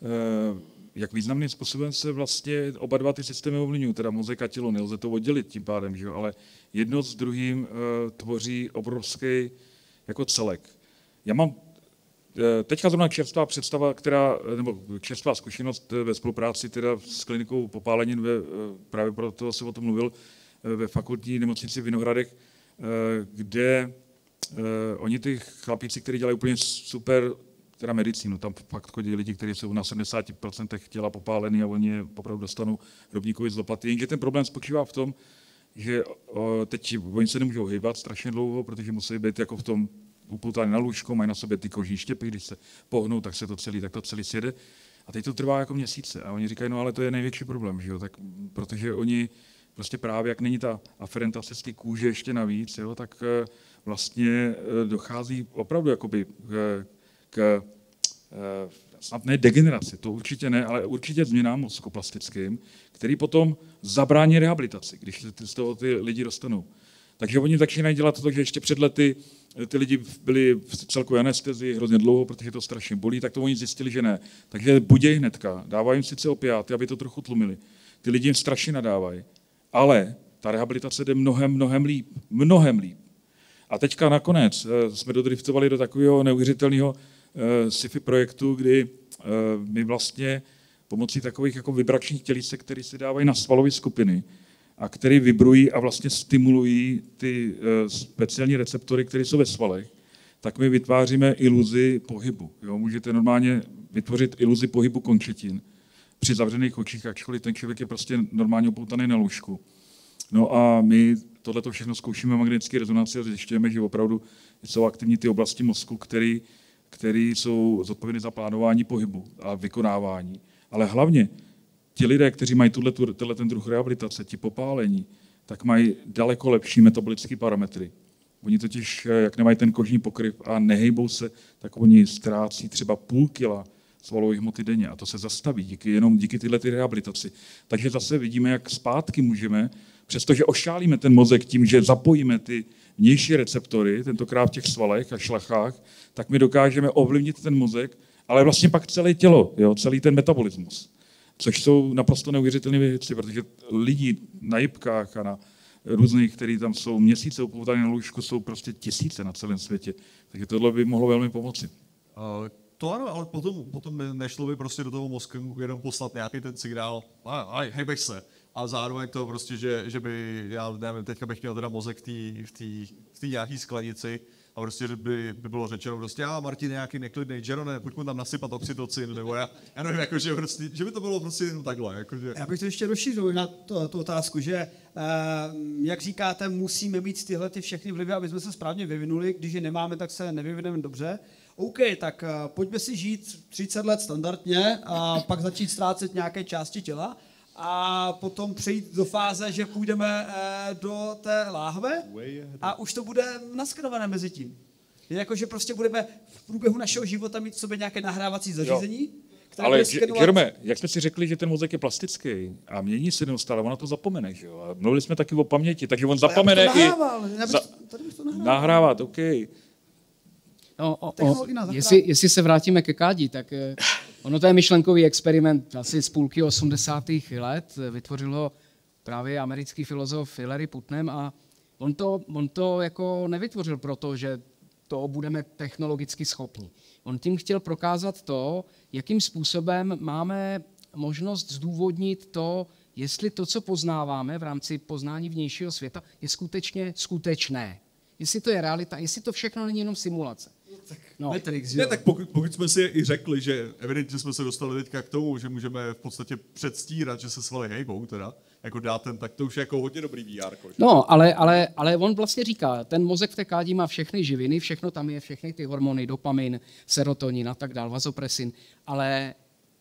jak významným způsobem se vlastně oba dva ty systémy ovlivňují, teda mozek a tělo, nelze to oddělit tím pádem, že jo, ale jedno s druhým tvoří obrovský jako celek. Já mám teďka zrovna čerstvá představa, která, nebo čerstvá zkušenost ve spolupráci teda s klinikou popálenin, ve, právě proto jsem o tom mluvil, ve fakultní nemocnici v Vinohradech, kde oni ty chlapíci, kteří dělají úplně super teda medicínu, tam fakt chodí lidi, kteří jsou na sedmdesát procent těla popálený a oni je opravdu dostanou hrobníkovi z lopaty. Jenže ten problém spočívá v tom, že teď oni se nemůžou hýbat strašně dlouho, protože musí být jako v tom upoutaný na lůžko, mají na sobě ty kožní štěpy, když se pohnou, tak se to celý, tak to celý sjede. A teď to trvá jako měsíce. A oni říkají, no ale to je největší problém, že jo? Tak, protože oni prostě právě, jak není ta aferentace z té kůže ještě navíc, jo, tak vlastně dochází opravdu jakoby k, k snad ne degeneraci, to určitě ne, ale určitě změnám mozkoplastickým, který potom zabrání rehabilitaci, když z toho ty lidi dostanou. Takže oni začínají dělat to, že ještě před lety ty lidi byli v celkové anestezii hrozně dlouho, protože to strašně bolí, tak to oni zjistili, že ne. Takže buděj hnedka, dávají jim sice opiáty, aby to trochu tlumili. Ty lidi jim strašně nadávají, ale ta rehabilitace jde mnohem, mnohem líp. Mnohem líp. A teďka nakonec jsme dodriftovali do takového neuvěřitelného sci-fi projektu, kdy my vlastně pomocí takových jako vibračních tělísek, které se dávají na svalové skupiny, a který vibrují a vlastně stimulují ty speciální receptory, které jsou ve svalech, tak my vytváříme iluzi pohybu. Jo? Můžete normálně vytvořit iluzi pohybu končetin při zavřených očích, ačkoliv ten člověk je prostě normálně upoutaný na lůžku. No a my tohleto všechno zkoušíme magnetické rezonanci a zjišťujeme, že opravdu jsou aktivní ty oblasti mozku, které který jsou zodpovědné za plánování pohybu a vykonávání. Ale hlavně ti lidé, kteří mají tenhle ten druh rehabilitace, ti popálení, tak mají daleko lepší metabolické parametry. Oni totiž, jak nemají ten kožní pokryv a nehejbou se, tak oni ztrácí třeba půl kila svalové hmoty denně a to se zastaví díky, jenom díky tyhle ty rehabilitaci. Takže zase vidíme, jak zpátky můžeme, přestože ošálíme ten mozek tím, že zapojíme ty vnější receptory, tentokrát v těch svalech a šlachách, tak my dokážeme ovlivnit ten mozek, ale vlastně pak celé tělo, jo, celý ten metabolismus. Což jsou naprosto neuvěřitelné věci, protože lidi na jipkách a na různých, kteří tam jsou měsíce upoutaní na lůžku, jsou prostě tisíce na celém světě. Takže tohle by mohlo velmi pomoci. Uh, to ano, ale potom, potom nešlo by prostě do toho mozku jenom poslat nějaký ten signál, aj, hejbeš se. a zároveň to prostě, že, že by, já nevím, teďka bych měl teda mozek v té v té v té nějaký sklenici a prostě by, by bylo řečeno prostě, a Martin je nějaký neklidnej, Jerone, pojď mu tam nasypat oxytocin, nebo já, já nevím, jako, že, prostě, že by to bylo prostě jenom takhle. Jako, že... Já bych to ještě rozšířil na to, tu otázku, že eh, jak říkáte, musíme mít tyhle ty všechny vlivy, aby jsme se správně vyvinuli, když je nemáme, tak se nevyvineme dobře. OK, tak uh, pojďme si žít třicet let standardně a pak začít ztrácet nějaké části těla a potom přejít do fáze, že půjdeme uh, do té láhve a už to bude naskenované mezi tím. Je jako, že prostě budeme v průběhu našeho života mít v sobě nějaké nahrávací zařízení, které ale bude skenovat... Jerome, jak jsme si řekli, že ten mozek je plastický a mění se neustále, on na to zapomene, že jo? A mluvili jsme taky o paměti, takže on zapomene já bych to i... nahrával, já bych, za... tady bych to nahrával. Nahrávat, OK. No, o, o, Technologie nás jestli, jestli se vrátíme ke kádi, tak eh, ono to je myšlenkový experiment asi z půlky osmdesátých let. Vytvořil ho právě americký filozof Hilary Putnam a on to, on to jako nevytvořil proto, že to budeme technologicky schopni. On tím chtěl prokázat to, jakým způsobem máme možnost zdůvodnit to, jestli to, co poznáváme v rámci poznání vnějšího světa, je skutečně skutečné. Jestli to je realita, jestli to všechno není jenom simulace. No. Matrix, Ne, tak pokud, pokud jsme si i řekli, že evidentně jsme se dostali teďka k tomu, že můžeme v podstatě předstírat, že se svaly hejbou, teda, jako dát ten, tak to už je jako hodně dobrý V R. Že? No, ale, ale, ale on vlastně říká, ten mozek v té kádi má všechny živiny, všechno tam je, všechny ty hormony, dopamin, serotonin a tak dál, vazopresin, ale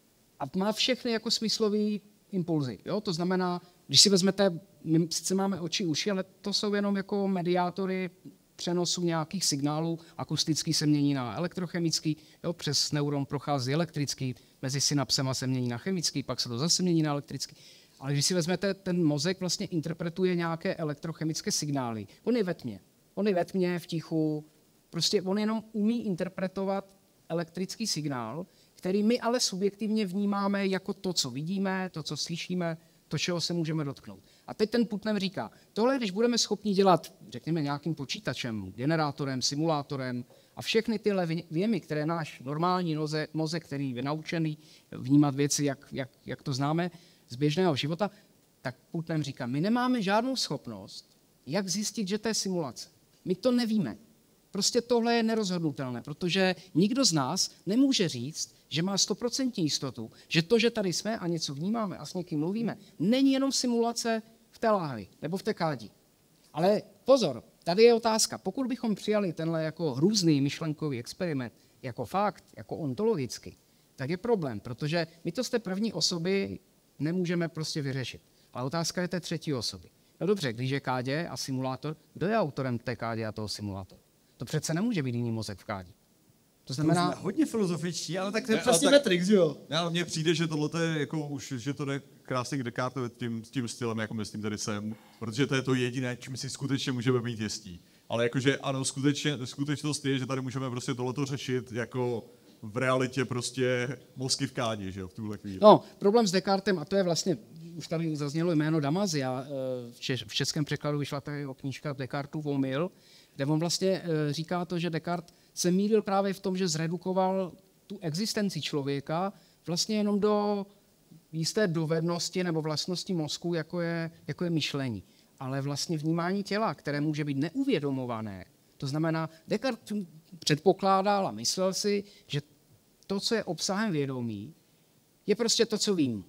a má všechny jako smyslový impulzy. Jo? To znamená, když si vezmete, my sice máme oči, uši, ale to jsou jenom jako mediátory přenosu nějakých signálů, akustický se mění na elektrochemický, jo, přes neuron prochází elektrický, mezi synapsema se mění na chemický, pak se to zase mění na elektrický. Ale když si vezmete, ten mozek vlastně interpretuje nějaké elektrochemické signály. On je ve tmě. On je ve tmě, v tichu. Prostě on jenom umí interpretovat elektrický signál, který my ale subjektivně vnímáme jako to, co vidíme, to, co slyšíme, to, čeho se můžeme dotknout. A teď ten Putnam říká, tohle, když budeme schopni dělat, řekněme, nějakým počítačem, generátorem, simulátorem a všechny tyhle věmy, které náš normální noze, mozek, který je naučený vnímat věci, jak, jak, jak to známe z běžného života, tak Putnam říká, my nemáme žádnou schopnost, jak zjistit, že to je simulace. My to nevíme. Prostě tohle je nerozhodnutelné, protože nikdo z nás nemůže říct, že má stoprocentní jistotu, že to, že tady jsme a něco vnímáme a s někým mluvíme, není jenom simulace v té láhvi nebo v té kádi. Ale pozor, tady je otázka. Pokud bychom přijali tenhle jako hrůzný myšlenkový experiment jako fakt, jako ontologicky, tak je problém, protože my to z té první osoby nemůžeme prostě vyřešit. Ale otázka je té třetí osoby. No dobře, když je kádě a simulátor, kdo je autorem té kádě a toho simulátoru? To přece nemůže být jiný mozek v kádě. To znamená... To hodně filozofičtí, ale tak to je Ne, přesně ale tak- Matrix, jo? Já, mně přijde, že tohle je jako už, že to jde krásně k Descartovi tím, tím stylem, jako myslím tady jsem, protože to je to jediné, čím si skutečně můžeme být jistí. Ale jakože ano, skutečně, skutečnost je, že tady můžeme prostě tohleto řešit jako v realitě prostě mozky v kádi, že jo, v tuhle chvíli. No, problém s Descartem, a to je vlastně, už tady zaznělo jméno Damazia, v, češ, v českém překladu vyšla tady o knížka Descartův omyl, kde on vlastně říká to, že Descartes se mýlil právě v tom, že zredukoval tu existenci člověka vlastně jenom do jisté dovednosti nebo vlastnosti mozku, jako je, jako je myšlení. Ale vlastně vnímání těla, které může být neuvědomované. To znamená, Descartes předpokládal a myslel si, že to, co je obsahem vědomí, je prostě to, co vím.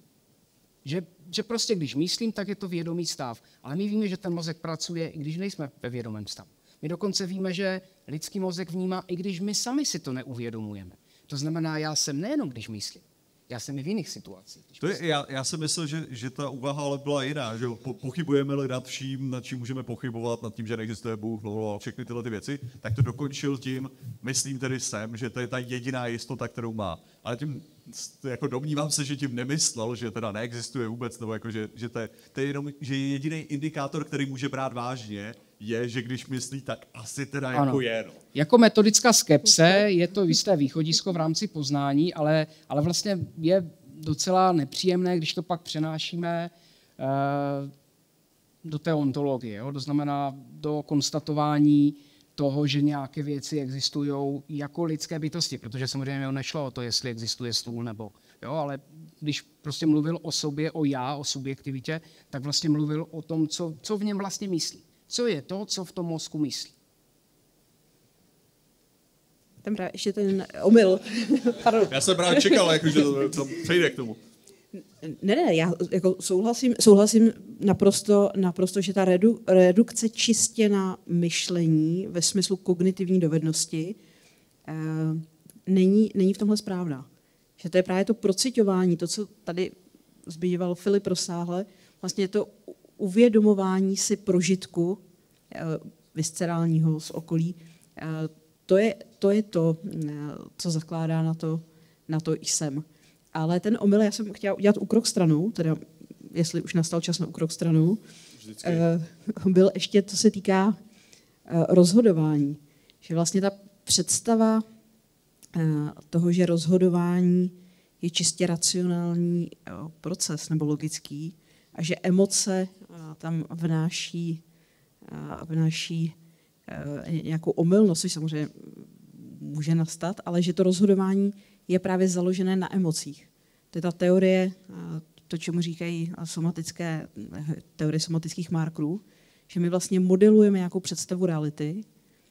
Že, že prostě když myslím, tak je to vědomý stav. Ale my víme, že ten mozek pracuje, i když nejsme ve vědomém stavu. My dokonce víme, že lidský mozek vnímá, i když my sami si to neuvědomujeme. To znamená, já jsem nejenom, když myslím, já jsem i v jiných situacích. To je, já, já jsem myslel, že, že ta úvaha ale byla jiná, že po, pochybujeme-li nad vším, nad čím můžeme pochybovat, nad tím, že neexistuje Bůh, blablabla, všechny tyhle ty věci, tak to dokončil tím, myslím tedy jsem, že to je ta jediná jistota, kterou má. Ale tím, jako domnívám se, že tím nemyslel, že teda neexistuje vůbec, nebo jako, že, že, to je, to je jenom, že je jediný indikátor, který může brát vážně, je, že když myslí, tak asi teda jako Ano. je. No. Jako metodická skepse je to jisté východisko v rámci poznání, ale, ale vlastně je docela nepříjemné, když to pak přenášíme eh, do té ontologie. Jo? To znamená do konstatování toho, že nějaké věci existují jako lidské bytosti, protože samozřejmě nešlo o to, jestli existuje stůl nebo, jo, ale když prostě mluvil o sobě, o já, o subjektivitě, tak vlastně mluvil o tom, co, co v něm vlastně myslí. Co je to, co v tom mozku myslí. Tam právě ještě ten omyl. Pardon. Já jsem právě čekal, jako, že to, to přejde k tomu. Ne, ne, já jako souhlasím, souhlasím naprosto, naprosto, že ta redu, redukce čistě na myšlení ve smyslu kognitivní dovednosti eh, není, není v tomhle správná. Že to je právě to prociťování, to, co tady zmiňoval Filip rozsáhle, vlastně je to uvědomování si prožitku eh, viscerálního z okolí. Eh, to, je, to je to, eh, co zakládá na to, na to jsem. Ale ten omyl, já jsem chtěla udělat úkrok stranou, teda jestli už nastal čas na úkrok stranou, uh, byl ještě, co se týká uh, rozhodování. Že vlastně ta představa uh, toho, že rozhodování je čistě racionální uh, proces nebo logický a že emoce uh, tam vnáší, uh, vnáší uh, nějakou omylnost, což samozřejmě může nastat, ale že to rozhodování je právě založené na emocích. To je ta teorie, to, čemu říkají somatické, teorie somatických markerů, že my vlastně modelujeme nějakou představu reality,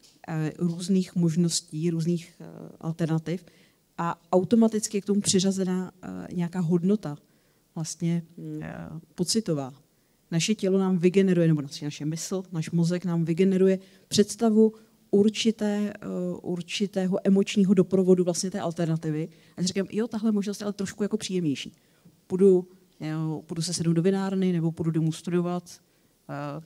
různých možností, různých alternativ a automaticky je k tomu přiřazená nějaká hodnota, vlastně pocitová. Naše tělo nám vygeneruje, nebo naše mysl, náš mozek nám vygeneruje představu určité, uh, určitého emočního doprovodu vlastně té alternativy. A říkám, jo, tahle možnost je ale trošku jako příjemnější. Půjdu, jo, půjdu se sednout do vinárny, nebo půjdu domů studovat, uh,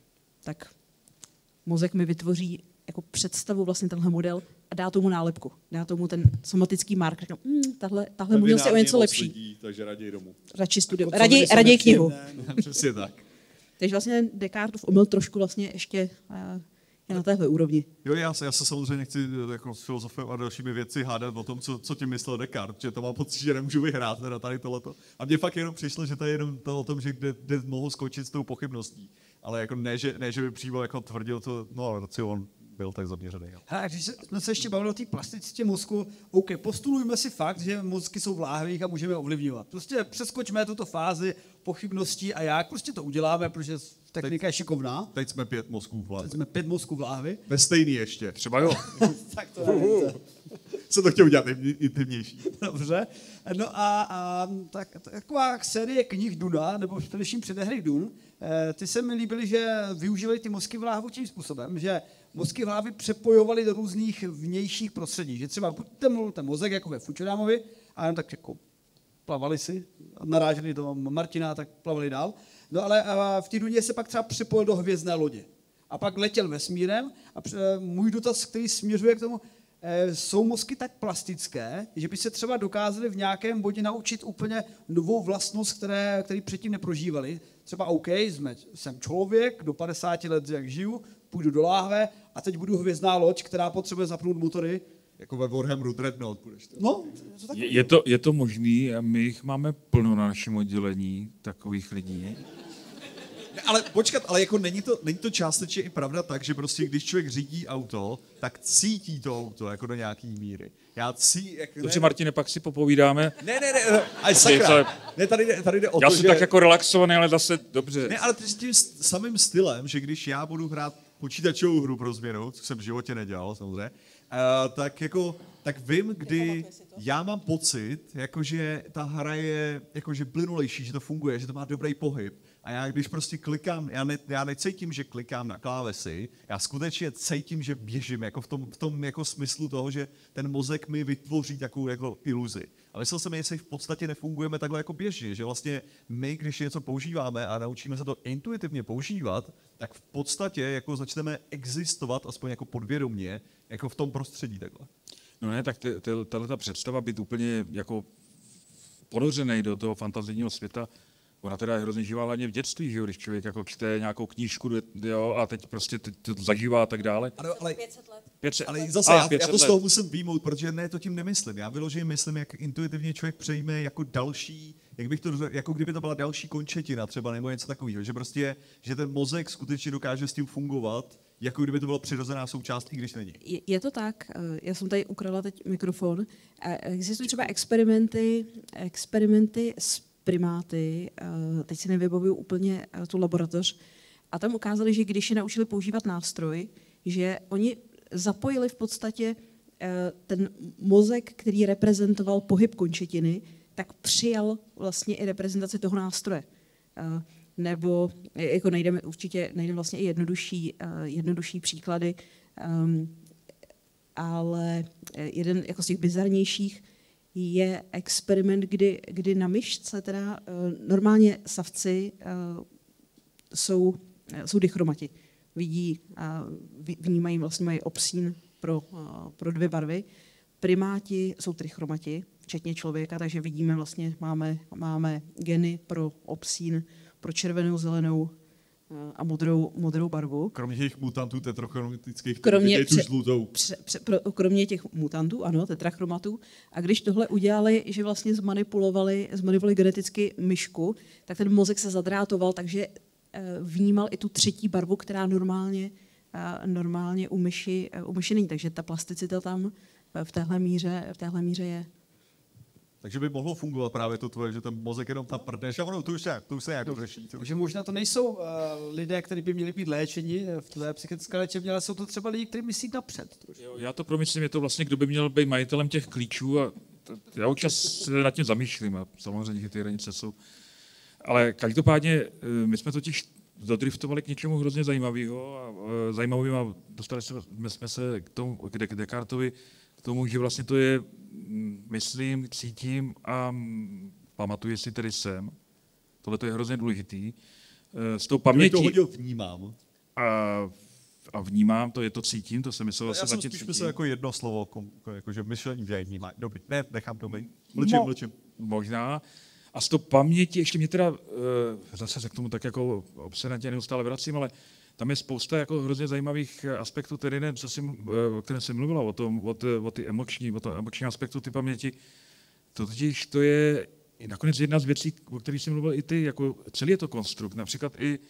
tak mozek mi vytvoří jako představu vlastně tenhle model a dá tomu nálepku. Dá tomu ten somatický marker. Říkám, hm, tahle, tahle možnost je o něco lepší. Lidí, takže raději domů. Radši studium. Raději, raději knihu. No, přesně tak. Takže vlastně ten Descartův omyl trošku vlastně ještě uh, je na téhle úrovni. Jo, já se, já se samozřejmě nechci jako s filozofem a dalšími věci hádat o tom, co, co tím myslel Descartes, že to mám pocit, že nemůžu vyhrát teda tady tohleto. A mně fakt jenom přišlo, že to je jenom to o tom, že kde, kde mohu skočit s tou pochybností. Ale jako ne, že, ne, že by přímo jako tvrdil to, no ale to on byl tak zaměřený. Jo. A když jsme se ještě bavili o té plasticitě mozku, OK, postulujme si fakt, že mozky jsou vláhvých a můžeme ovlivňovat. Prostě přeskočme tuto fázi pochybností a jak prostě to uděláme, protože technika je šikovná. Teď jsme pět mozků v Teď jsme pět mozků v láhvi. Ve stejný ještě. Třeba jo. Tak to nevím. Jsem to chtěl udělat intimnější. Dobře. No a, a tak, taková série knih Duna, nebo především předehry Dun, ty se mi líbily, že využívali ty mozky v láhvu tím způsobem, že mozky v hlavě přepojovali do různých vnějších prostředí. Že třeba buď ten, ten mozek, jako ve Fučodámovi, a jen tak jako plavali si, naráželi do Martina, tak plavali dál. No ale v té Duně se pak třeba připojil do hvězdné lodě. A pak letěl vesmírem a můj dotaz, který směřuje k tomu, jsou mozky tak plastické, že by se třeba dokázali v nějakém bodě naučit úplně novou vlastnost, které, který předtím neprožívali. Třeba OK, jsme, jsem člověk, do padesáti let jak žiju, půjdu do láhve a teď budu hvězdná loď, která potřebuje zapnout motory. Jako ve Warhammeru Dreadnought budeš to. No, to je, je, to, je to možný a my jich máme plno na našem oddělení, takových lidí. Ne, ale počkat, ale jako není to, není to částečně i pravda tak, že prostě když člověk řídí auto, tak cítí to auto jako do nějaký míry. Já cí, jak, Dobře, Martine, pak si popovídáme. Ne, ne, ne, ale sakra. Ne, tady jde, tady jde o já to, jsem že... tak jako relaxovaný, ale zase dobře. Ne, ale s tím samým stylem, že když já budu hrát počítačovou hru pro změnu, co jsem v životě nedělal samozřejmě, uh, tak jako, tak vím, kdy já mám pocit, jakože ta hra je jakože plynulejší, že to funguje, že to má dobrý pohyb. A já když prostě klikám, já, ne, já necítím, že klikám na klávesi, já skutečně cítím, že běžím, jako v tom, v tom jako smyslu toho, že ten mozek mi vytvoří takovou jako iluzi. Ale myslel jsem, jestli v podstatě nefungujeme takhle jako běžně, že vlastně my, když něco používáme a naučíme se to intuitivně používat, tak v podstatě jako začneme existovat, aspoň jako podvědomě, jako v tom prostředí takhle. No ne, tak tato představa být úplně jako ponořenej do toho fantazijního světa, ona teda je hrozně živá hlavně v dětství, že jo, když člověk jako čte nějakou knížku, jo, a teď prostě teď to zažívá a tak dále. Ano, ale, pět set let. pět set, ale zase, a, já, já to let. z toho musím výjmout, protože ne, to tím nemyslím. Já vyloženě myslím, jak intuitivně člověk přejme jako další, jak bych to, jako kdyby to byla další končetina třeba, nebo něco takového, že prostě, že ten mozek skutečně dokáže s tím fungovat, jako kdyby to bylo přirozená součást, i když není. Je, je to tak. Já jsem tady ukradla teď mikrofon. Existují třeba experimenty, experimenty s primáty, teď si nevybavuju úplně tu laboratoř, a tam ukázali, že když je naučili používat nástroj, že oni zapojili v podstatě ten mozek, který reprezentoval pohyb končetiny, tak přijal vlastně i reprezentaci toho nástroje. Nebo jako najdeme určitě najdeme vlastně i jednodušší, jednodušší příklady, ale jeden jako z těch bizarnějších je experiment, kdy, kdy na myšce teda normálně savci jsou, jsou dichromati. Vidí, vnímají, vlastně mají obsín pro, pro dvě barvy. Primáti jsou trichromati, včetně člověka, takže vidíme vlastně, máme, máme geny pro obsín, pro červenou, zelenou a modrou, modrou barvu. Kromě těch mutantů tetrachromatických, kromě, tu žlutou. Pře, pře, pro, kromě těch mutantů, ano, tetrachromatů. A když tohle udělali, že vlastně zmanipulovali, zmanipulovali geneticky myšku, tak ten mozek se zadrátoval, takže vnímal i tu třetí barvu, která normálně, normálně u myši, u myši není. Takže ta plasticita tam v téhle míře, v téhle míře je. Takže by mohlo fungovat právě to tvoje, že ten mozek jenom tam prdneš a ono to už se, to už se nějak řeší. Takže možná to nejsou uh, lidé, kteří by měli být léčeni v té psychické léčebně, ale jsou to třeba lidi, kteří myslí napřed. Jo, já to promyslím, je to vlastně, kdo by měl být majitelem těch klíčů a to, já občas se nad tím zamýšlím a samozřejmě, že ty hranice jsou. Ale každopádně my jsme totiž dodriftovali k něčemu hrozně zajímavého a zajímavým a dostali jsme, jsme se k tomu, k Descartovi, k tomu, že vlastně to je myslím, cítím a pamatuji si, tedy jsem. Tohle to je hrozně důležitý. S tou pamětí... to hodil vnímám. A, a vnímám, to je to cítím, to jsem myslel. Já jsem spíš myslel jako jedno slovo, jako, že myšlení, že vnímá. Dobrý, ne, nechám to být. Mlčím, no, mlčím. Možná. A z toho paměti, ještě mě teda, zase se k tomu tak jako obsedantě neustále vracím, ale tam je spousta jako hrozně zajímavých aspektů, tedy ne, co jsi, o kterém jsem mluvila, o tom, o, ty, o ty emoční, o tom emoční aspektu ty paměti. To totiž to je nakonec jedna z věcí, o kterých jsi mluvil i ty, jako celý je to konstrukt, například i,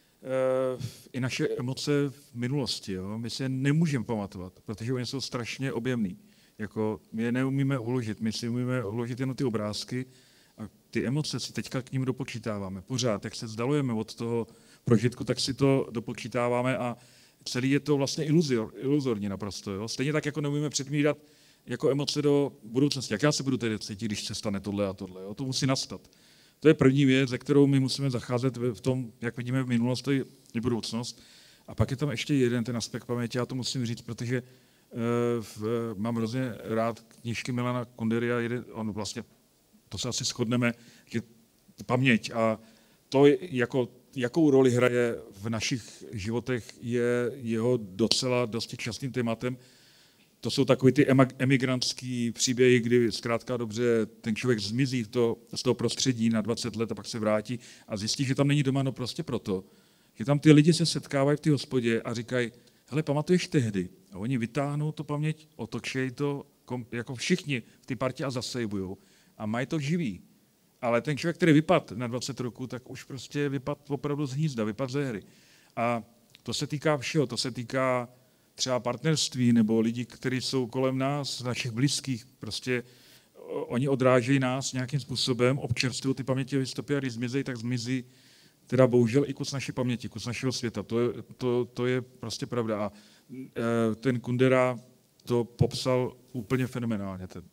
e, i naše emoce v minulosti. Jo? My si je nemůžeme pamatovat, protože oni jsou strašně objemný. Jako, my je neumíme uložit, my si umíme uložit jenom ty obrázky a ty emoce si teďka k ním dopočítáváme. Pořád, jak se vzdalujeme od toho prožitku, tak si to dopočítáváme a celý je to vlastně iluzor, iluzorní naprosto. Jo? Stejně tak, jako neumíme předvídat jako emoce do budoucnosti. Jak já se budu tedy cítit, když se stane tohle a tohle. Jo? To musí nastat. To je první věc, ze kterou my musíme zacházet v tom, jak vidíme v minulosti i budoucnost. A pak je tam ještě jeden ten aspekt paměti, já to musím říct, protože uh, v, mám hrozně rád knížky Milana Kundery a jeden, on vlastně, to se asi shodneme, že paměť a to, jako, jakou roli hraje v našich životech, je jeho docela dosti častým tématem. To jsou takový ty emigrantský příběhy, kdy zkrátka dobře ten člověk zmizí to, z toho prostředí na dvacet let a pak se vrátí a zjistí, že tam není doma, no prostě proto, že tam ty lidi se setkávají v té hospodě a říkají, hele, pamatuješ tehdy? A oni vytáhnou to paměť, otočejí to, jako všichni v té partě a zasejbujou a mají to živý. Ale ten člověk, který vypadl na dvacet roků, tak už prostě vypadl opravdu z hnízda, vypadl ze hry. A to se týká všeho, to se týká třeba partnerství nebo lidí, kteří jsou kolem nás, našich blízkých, prostě oni odrážejí nás nějakým způsobem, občerstvují ty paměťové stopy a když zmizí, tak zmizí teda bohužel i kus naší paměti, kus našeho světa. To je, to, to je prostě pravda. A e, ten Kundera to popsal úplně fenomenálně. Ten.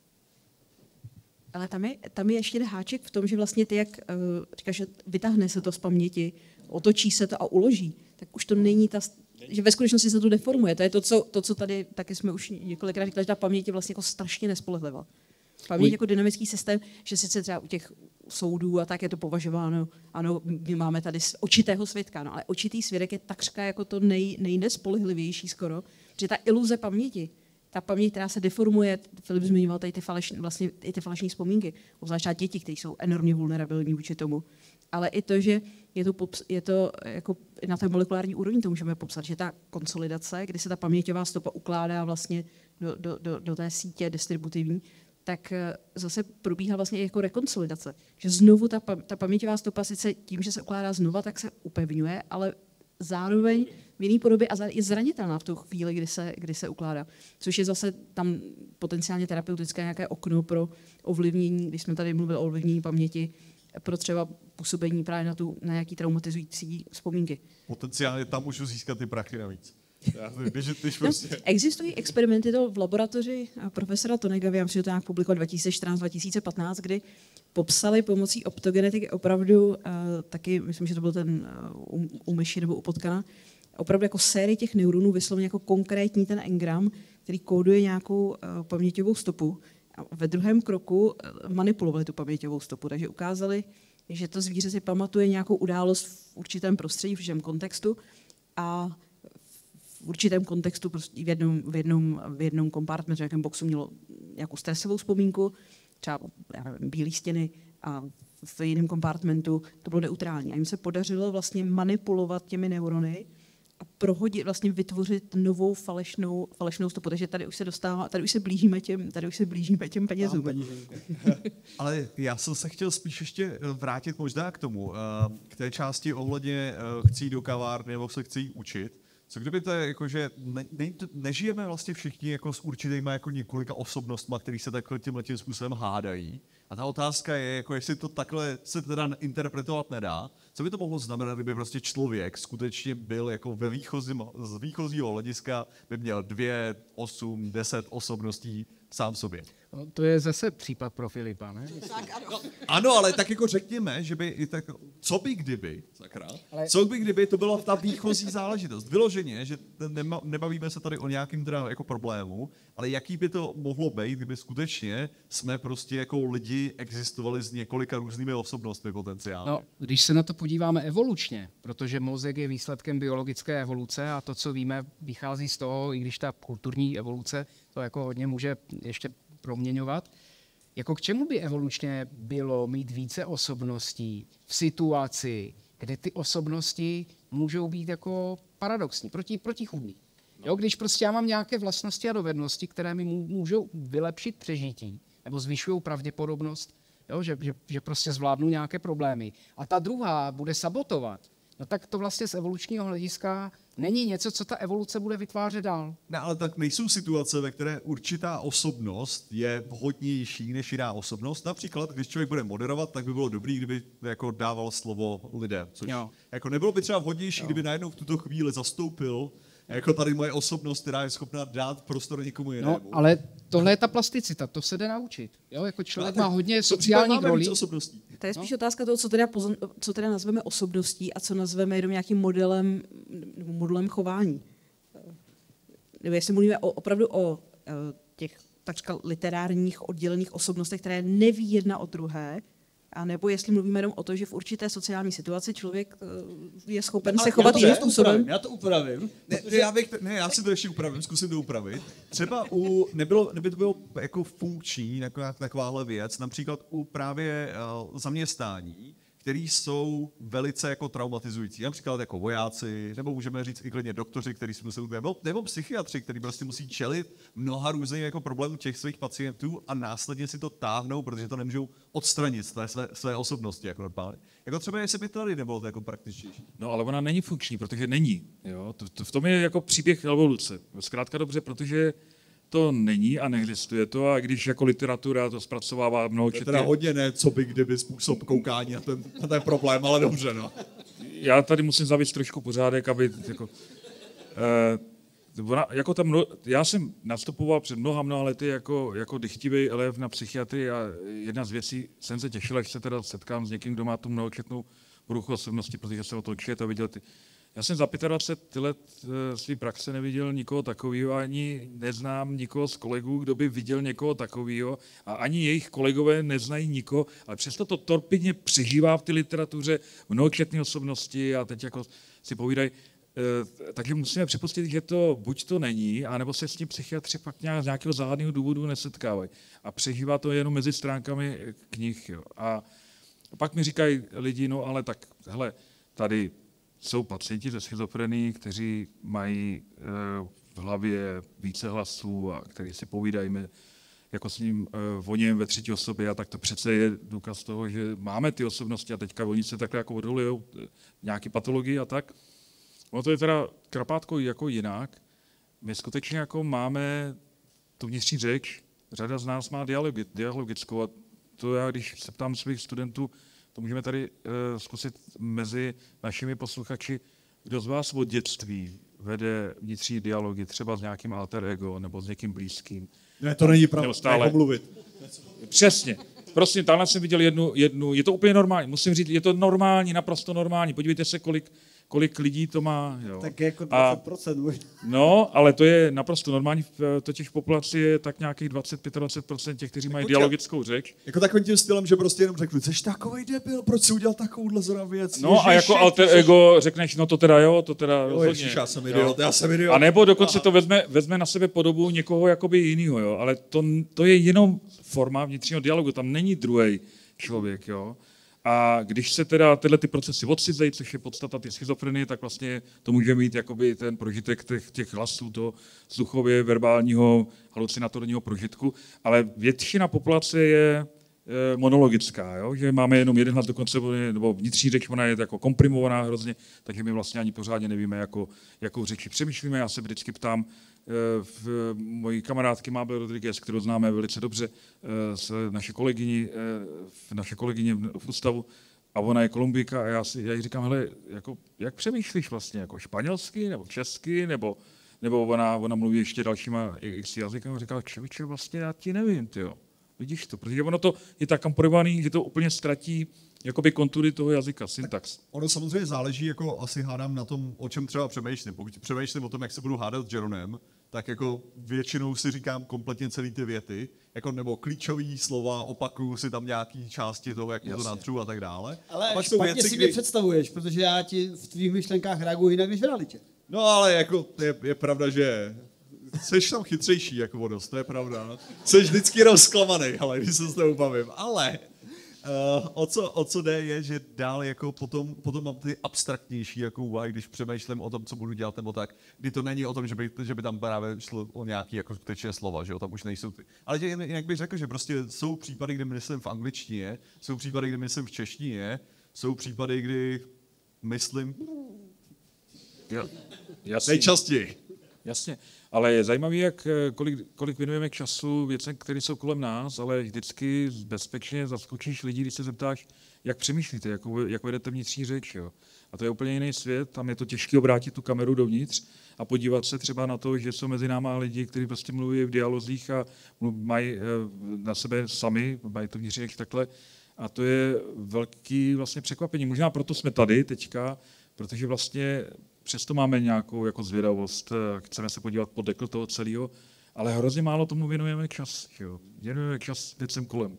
Ale tam je, tam je ještě jeden háček v tom, že vlastně ty, jak uh, říkáš, že vytáhne se to z paměti, otočí se to a uloží, tak už to není ta, že ve skutečnosti se to deformuje. To je to, co, to, co tady taky jsme už několikrát říkali, že ta paměť je vlastně jako strašně nespolehlivá. Paměť Uj. jako dynamický systém, že sice třeba u těch soudů a tak je to považováno, ano, my máme tady očitého svědka, no, ale očitý svědek je takřka jako to nej, nejnespolehlivější skoro, protože ta iluze paměti, ta paměť, která se deformuje, Filip zmiňoval tady ty falešné, vlastně i ty falešné vzpomínky, obzvlášť děti, kteří jsou enormně vulnerabilní vůči tomu, ale i to, že je to, pops, je to jako na té molekulární úrovni, to můžeme popsat, že ta konsolidace, kdy se ta paměťová stopa ukládá vlastně do, do, do, do té sítě distributivní, tak zase probíhá vlastně jako rekonsolidace. Že znovu ta, ta paměťová stopa sice tím, že se ukládá znova, tak se upevňuje, ale zároveň v jiné podobě a je zranitelná v tu chvíli, kdy se, kdy se ukládá. Což je zase tam potenciálně terapeutické nějaké okno pro ovlivnění, když jsme tady mluvili o ovlivnění paměti, pro třeba působení právě na, tu, na nějaký traumatizující vzpomínky. Potenciálně tam můžu získat ty prachy navíc. Když, když prostě... no, existují experimenty to v laboratoři profesora Tonega, já myslím, že to nějak publikoval dva tisíce čtrnáct dva tisíce patnáct, kdy popsali pomocí optogenetiky opravdu, uh, taky myslím, že to byl ten uh, u, u myši nebo u potkana, opravdu jako sérii těch neuronů vysloveně jako konkrétní ten engram, který kóduje nějakou uh, paměťovou stopu. A ve druhém kroku uh, manipulovali tu paměťovou stopu, takže ukázali, že to zvíře si pamatuje nějakou událost v určitém prostředí, v určitém kontextu a v určitém kontextu prostě v jednom, v jednom, v jednom kompartmentu, v nějakém boxu mělo nějakou stresovou vzpomínku, třeba já nevím, bílé stěny a v jiném kompartmentu to bylo neutrální. A jim se podařilo vlastně manipulovat těmi neurony a prohodit, vlastně vytvořit novou falešnou, falešnou stopu. Takže tady už se dostává, tady už se blížíme těm, tady už se blížíme těm penězům. Ale já jsem se chtěl spíš ještě vrátit možná k tomu, k té části ohledně chci jít do kavárny nebo se chci učit. Co kdyby to je, jako, že ne, ne, nežijeme vlastně všichni jako s určitýma jako několika osobnostma, který se takhle tímhle tím způsobem hádají. A ta otázka je, jako, jestli to takhle se teda interpretovat nedá. Co by to mohlo znamenat, kdyby prostě člověk skutečně byl jako ve výchozím, z výchozího hlediska by měl dvě, osm, deset osobností sám sobě. No, to je zase případ pro Filipa, ne? Tak, ano. ano, ale tak jako řekněme, že by i tak, co by kdyby, sakra, ale... co by kdyby to byla ta výchozí záležitost. Vyloženě, že nema, nebavíme se tady o nějakým teda jako problému, ale jaký by to mohlo být, kdyby skutečně jsme prostě jako lidi existovali s několika různými osobnostmi potenciálně. No, když se na to podíváme evolučně, protože mozek je výsledkem biologické evoluce a to, co víme, vychází z toho, i když ta kulturní evoluce to jako hodně může ještě proměňovat. Jako k čemu by evolučně bylo mít více osobností v situaci, kde ty osobnosti můžou být jako paradoxní, proti, protichůdný. Jo, když prostě já mám nějaké vlastnosti a dovednosti, které mi můžou vylepšit přežití nebo zvyšují pravděpodobnost, jo, že, že, že prostě zvládnu nějaké problémy. A ta druhá bude sabotovat. No tak to vlastně z evolučního hlediska není něco, co ta evoluce bude vytvářet dál. Ne, ale tak nejsou situace, ve které určitá osobnost je vhodnější než jiná osobnost. Například, když člověk bude moderovat, tak by bylo dobrý, kdyby jako dával slovo lidem. Což jo. Jako nebylo by třeba vhodnější, jo. kdyby najednou v tuto chvíli zastoupil jako tady moje osobnost, která je schopná dát prostor někomu jinému. No, ale tohle je ta plasticita, to se jde naučit. Jo, jako člověk no, má hodně sociálních rolí. To je spíš no? otázka toho, co teda, pozn- co teda nazveme osobností a co nazveme jenom nějakým modelem, modelem chování. Nebo jestli mluvíme o, opravdu o těch takřka literárních oddělených osobnostech, které neví jedna od druhé, a nebo jestli mluvíme jenom o to, že v určité sociální situaci člověk je schopen ale se chovat jiným způsobem. Já to upravím. Ne, protože... já bych, ne, já si to ještě upravím, zkusím to upravit. Třeba u, nebylo, neby to bylo jako funkční, taková, takováhle věc, například u právě uh, zaměstnání, který jsou velice jako traumatizující. Například jako vojáci, nebo můžeme říct i klidně doktoři, kteří si musí, nebo, nebo psychiatři, kteří prostě musí čelit mnoha různých jako problémů těch svých pacientů a následně si to táhnou, protože to nemůžou odstranit z té své, své osobnosti. Jako, jako třeba jestli by tady nebylo to jako praktičtější. No ale ona není funkční, protože není. Jo? To, to, v tom je jako příběh evoluce. Zkrátka dobře, protože to není a neexistuje to, a když jako literatura to zpracovává mnoho četně... To je teda hodně ne, co by kdyby způsob koukání na ten, na ten problém, ale dobře, no. Já tady musím zavést trošku pořádek, aby jako... Eh, ona, jako tam, já jsem nastupoval před mnoha, mnoha lety jako, jako dychtivý elev na psychiatrii a jedna z věcí, jsem se těšil, až se teda setkám s někým, kdo má tu mnohočetnou poruchu osobnosti, protože se o to a viděl ty... Já jsem za dvacet pět let své praxe neviděl nikoho takového, ani neznám nikoho z kolegů, kdo by viděl někoho takového, a ani jejich kolegové neznají nikoho, ale přesto to torpidně přežívá v té literatuře mnohočetné osobnosti a teď jako si povídají. Takže musíme připustit, že to buď to není, anebo se s tím psychiatři pak nějak z nějakého záhadného důvodu nesetkávají. A přežívá to jenom mezi stránkami knih. Jo. A pak mi říkají lidi, no ale tak, hele, tady jsou pacienti ze schizofrenii, kteří mají e, v hlavě více hlasů a kteří si povídají jako s ním e, o něm ve třetí osobě, a tak to přece je důkaz toho, že máme ty osobnosti a teďka oni se takhle jako odhalují nějaké patologii a tak. ono to je teda krapátko jako jinak. My skutečně jako máme tu vnitřní řeč, řada z nás má dialogi, dialogickou a to já, když se ptám svých studentů, to můžeme tady uh, zkusit mezi našimi posluchači, kdo z vás od dětství vede vnitřní dialogy třeba s nějakým alter ego nebo s někým blízkým. Ne, to není pravda, Neustále. jako mluvit. Přesně. Prosím, tamhle jsem viděl jednu, jednu, je to úplně normální, musím říct, je to normální, naprosto normální. Podívejte se, kolik, kolik lidí to má. Jo. Tak jako dvacet procent možná. No, ale to je naprosto normální, totiž v populaci je tak nějakých dvacet až dvacet pět procent těch, kteří mají dialogickou řeč. Jako takovým tím stylem, že prostě jenom řeknu, jsi takovej debil, proč jsi udělal takovouhle zrovna věc? No Ježiši, a jako alter jsi... ego řekneš, no to teda jo, to teda Jo, rozhodně. ježiš, já jsem idiot, já jsem idiot. A nebo dokonce to vezme, vezme na sebe podobu někoho jakoby jinýho, jo, ale to, to je jenom forma vnitřního dialogu, tam není druhý člověk, jo. A když se teda tyhle ty procesy odcizejí, což je podstata ty schizofrenie, tak vlastně to může mít jakoby ten prožitek těch, těch hlasů, toho sluchově verbálního halucinatorního prožitku, ale většina populace je e, monologická, jo? Že máme jenom jeden hlas dokonce, nebo vnitřní řeč, ona je jako komprimovaná hrozně, takže my vlastně ani pořádně nevíme, jako, jakou řeči přemýšlíme. Já se vždycky ptám, v mojí kamarádky Mábel Rodriguez, kterou známe velice dobře, s naše kolegyni, naše kolegyně v ústavu, a ona je Kolumbijka a já, si, já jí říkám, hele, jako, jak přemýšlíš vlastně, jako španělsky nebo česky, nebo, nebo ona, ona mluví ještě dalšíma x jazykama, říká, čeviče, vlastně já ti nevím, tyjo. Vidíš to, protože ono to je tak komponovaný, že to úplně ztratí jakoby kontury toho jazyka, syntax. Ono samozřejmě záleží, jako asi hádám na tom, o čem třeba přemýšlím. Pokud přemýšlím o tom, jak se budu hádat s Jeronem, tak jako většinou si říkám kompletně celý ty věty, jako nebo klíčový slova, opakuju si tam nějaký části toho, jak to natřu a tak dále. Ale a pak špatně věci, si kdy... mě představuješ, protože já ti v tvých myšlenkách reaguji jinak než v realitě. No ale jako je, je pravda, že jsi tam chytřejší jako vodost, to je pravda. Jsi vždycky rozklamanej, ale když se s tebou bavím. Ale uh, o, co, o co jde je, že dál jako potom, potom mám ty abstraktnější jako úvahy, když přemýšlím o tom, co budu dělat nebo tak, kdy to není o tom, že by, že by tam právě šlo o nějaký jako skutečné slova, že jo, tam už nejsou ty. Ale jinak bych řekl, že prostě jsou případy, kdy myslím v angličtině, jsou případy, kdy myslím v češtině, jsou případy, kdy myslím Jo, jasně. nejčastěji. Jasně, ale je zajímavé, jak, kolik, kolik věnujeme času věcem, které jsou kolem nás, ale vždycky bezpečně zaskočíš lidi, když se zeptáš, jak přemýšlíte, jak, jak vedete vnitřní řeč. Jo. A to je úplně jiný svět, tam je to těžké obrátit tu kameru dovnitř a podívat se třeba na to, že jsou mezi náma lidi, kteří prostě mluví v dialozích a mají na sebe sami, mají to vnitřní řeč takhle. A to je velký vlastně překvapení. Možná proto jsme tady teďka, protože vlastně přesto máme nějakou jako zvědavost, chceme se podívat pod dekl toho celého, ale hrozně málo tomu věnujeme čas. Jo. Věnujeme čas věcem kolem.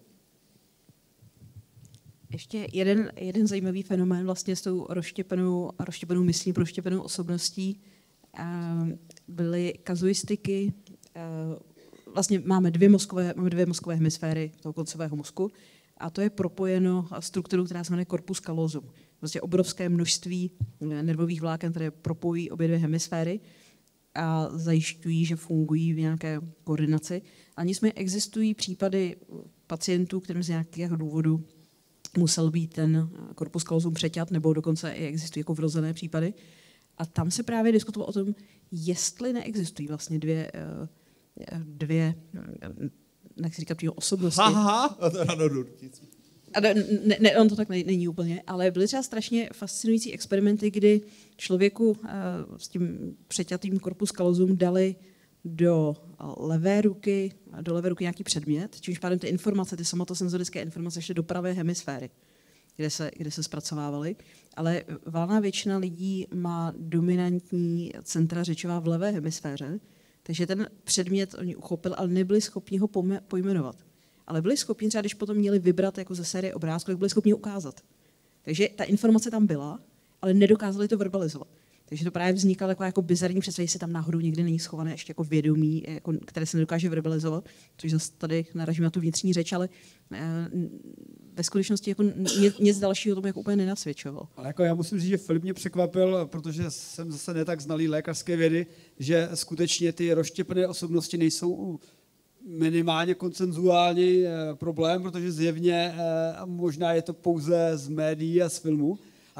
Ještě jeden, jeden zajímavý fenomén vlastně s tou rozštěpenou, rozštěpenou myslí, rozštěpenou osobností byly kazuistiky. Vlastně máme dvě mozkové, máme dvě mozkové hemisféry toho koncového mozku a to je propojeno strukturou, která se jmenuje corpus callosum. Vlastně obrovské množství nervových vláken, které propojí obě dvě hemisféry a zajišťují, že fungují v nějaké koordinaci. A nicméně existují případy pacientů, kterým z nějakého důvodu musel být ten corpus callosum přeťat, nebo dokonce i existují jako vrozené případy. A tam se právě diskutovalo o tom, jestli neexistují vlastně dvě, dvě jak se říká, osobnosti. Aha, A ne, ne, on to tak není úplně, ale byly třeba strašně fascinující experimenty, kdy člověku uh, s tím přeťatým corpus callosum dali do levé ruky, do levé ruky nějaký předmět, čímž pádem ty informace, ty somatosenzorické informace šly do pravé hemisféry, kde se, kde se zpracovávaly. Ale valná většina lidí má dominantní centra řečová v levé hemisféře, takže ten předmět oni uchopili, ale nebyli schopni ho pojmenovat. Ale byli schopni, třeba když potom měli vybrat jako ze série obrázků, tak byli schopni ukázat. Takže ta informace tam byla, ale nedokázali to verbalizovat. Takže to právě vznikalo taková jako bizarní představa, jestli tam náhodou někdy není schované ještě jako vědomí, jako, které se nedokáže verbalizovat, což zase tady naražíme na tu vnitřní řeč, ale e, ve skutečnosti jako nic, nic dalšího tomu jako úplně nenasvědčoval. Ale jako já musím říct, že Filip mě překvapil, protože jsem zase netak znalý lékařské vědy, že skutečně ty rozštěpené osobnosti nejsou minimálně konsenzuální problém, protože zjevně možná je to pouze z médií a z filmu,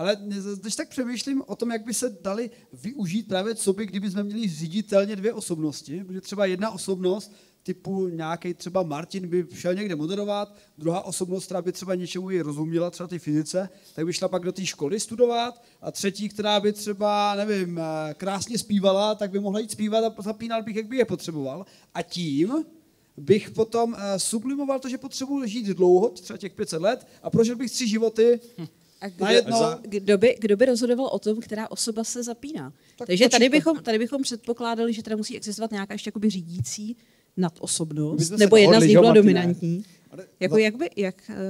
Ale když tak přemýšlím o tom, jak by se dali využít právě co by, kdyby jsme měli ředitelně dvě osobnosti, protože třeba jedna osobnost, typu nějaký třeba Martin by šel někde moderovat, druhá osobnost, která by třeba něčemu i rozuměla, třeba té fyzice, tak by šla pak do té školy studovat a třetí, která by třeba, nevím, krásně zpívala, tak by mohla jít zpívat a zapínal bych, jak by je potřeboval. A tím bych potom sublimoval to, že potřebuji žít dlouho, třeba těch pět set let a prožil bych tři životy. A kdo, Najednou, kdo, by, kdo by rozhodoval o tom, která osoba se zapíná? Tak Takže tady počítám. bychom, tady bychom předpokládali, že tady musí existovat nějaká ještě jakoby řídící My nadosobnost, jsme nebo se jedna z dohodli, nich že jo, byla Martine? dominantní. Ale- Jako jak by, jak, eh,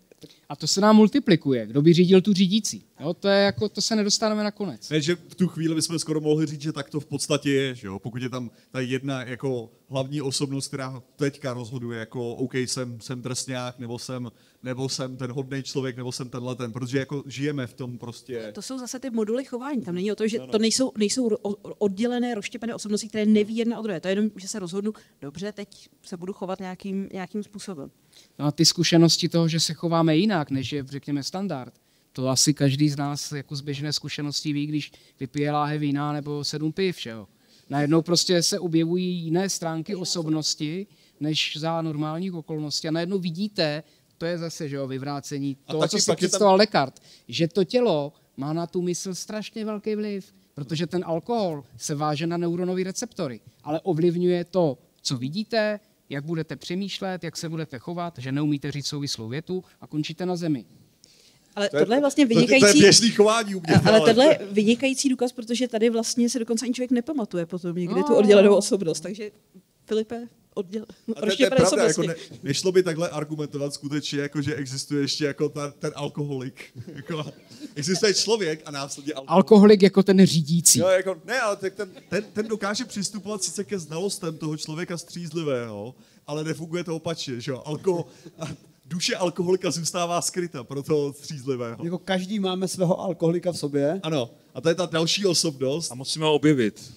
A to se nám multiplikuje. Kdo by řídil tu řídící? Jo, to, je jako, to se nedostaneme na konec. Ne, že v tu chvíli bychom skoro mohli říct, že tak to v podstatě je, že jo? Pokud je tam ta jedna jako hlavní osobnost, která teďka rozhoduje, jako OK, jsem, jsem drsňák, nebo jsem, nebo jsem ten hodný člověk, nebo jsem tenhle ten, protože jako žijeme v tom prostě. to jsou zase ty moduly chování. Tam není o to, že to nejsou, nejsou ro- o- oddělené, rozštěpené osobnosti, které neví jedna od druhé. To je jenom, že se rozhodnu, dobře, teď se budu chovat nějakým, nějakým způsobem. No a ty zkušenosti toho, že se chováme jinak, než je, řekněme, standard, to asi každý z nás jako z běžné zkušenosti ví, když vypije láhev vína nebo sedm piv, že jo. Najednou prostě se objevují jiné stránky osobnosti, než za normálních okolností. A najednou vidíte, to je zase, že jo, vyvrácení A toho, taky co si pak je tam- představoval Descartes, že to tělo má na tu mysl strašně velký vliv, protože ten alkohol se váže na neuronové receptory, ale ovlivňuje to, co vidíte, jak budete přemýšlet, jak se budete chovat, že neumíte říct souvislou větu a končíte na zemi. Ale tohle je vlastně To, to je vynikající... běžný chování u mě. Ale tohle je vynikající důkaz, protože tady vlastně se dokonce ani člověk nepamatuje potom někdy tu No. oddělenou osobnost. Takže Filipe, odděl... A to, to je rozštěpené pravda, jako osobnosti. ne, nešlo by takhle argumentovat skutečně, jako že existuje ještě jako ta, ten alkoholik. Jako, existuje člověk a následně alkoholik. Alkoholik jako ten řídící. Jo, jako, ne, ale tak ten, ten, ten dokáže přistupovat sice ke znalostem toho člověka střízlivého, ale nefunguje to opačně, že jo. Alko, duše alkoholika zůstává skryta pro toho střízlivého. jako každý máme svého alkoholika v sobě. Ano, a to je ta další osobnost. A musíme ho objevit.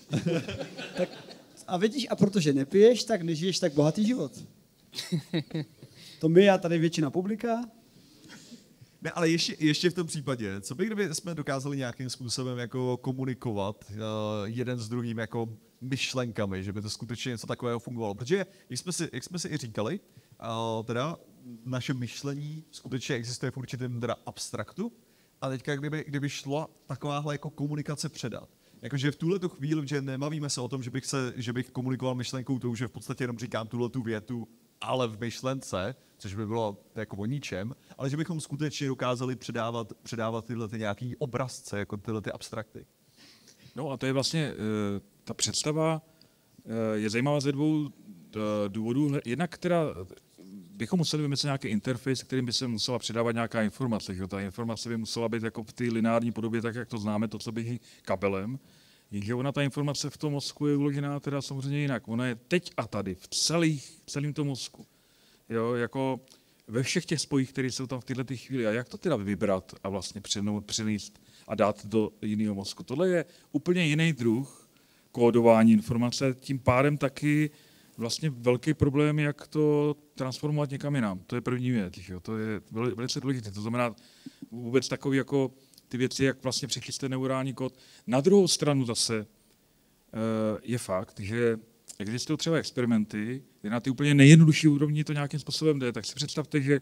A vidíš, a protože nepiješ, tak nežiješ tak bohatý život. To my a tady většina publika. Ne, ale ještě, ještě v tom případě, co by kdyby jsme dokázali nějakým způsobem jako komunikovat uh, jeden s druhým jako myšlenkami, že by to skutečně něco takového fungovalo. Protože, jak jsme si, jak jsme si i říkali, uh, teda naše myšlení skutečně existuje v určitém teda abstraktu, a teďka kdyby, kdyby šla takováhle jako komunikace předat. Jakože v tuhle tu chvíli, že nemavíme se o tom, že bych, se, že bych komunikoval myšlenkou tou, že v podstatě jenom říkám tuhle tu větu, ale v myšlence, což by bylo jako o ničem, ale že bychom skutečně dokázali předávat, předávat tyhle ty nějaký obrazce, jako tyhle ty abstrakty. No a to je vlastně, uh, ta představa uh, je zajímavá ze dvou uh, důvodů. Jednak teda bychom museli vymyslet nějaký interface, kterým by se musela předávat nějaká informace. Že? Ta informace by musela být jako v té lineární podobě, tak jak to známe, to, co běží kabelem. Jenže ona, ta informace v tom mozku je uložená teda samozřejmě jinak. Ona je teď a tady, v celých, celém tom mozku. Jo, jako ve všech těch spojích, které jsou tam v této chvíli. A jak to teda vybrat a vlastně přenést a dát do jiného mozku? Tohle je úplně jiný druh kódování informace, tím pádem taky vlastně velký problém, jak to transformovat někam jinam. To je první věc, že? To je velice důležité. To znamená vůbec takový jako ty věci, jak vlastně přečistit neurální kód. Na druhou stranu zase je fakt, že existují třeba experimenty, kde na ty úplně nejjednodušší úrovni to nějakým způsobem jde. Tak si představte, že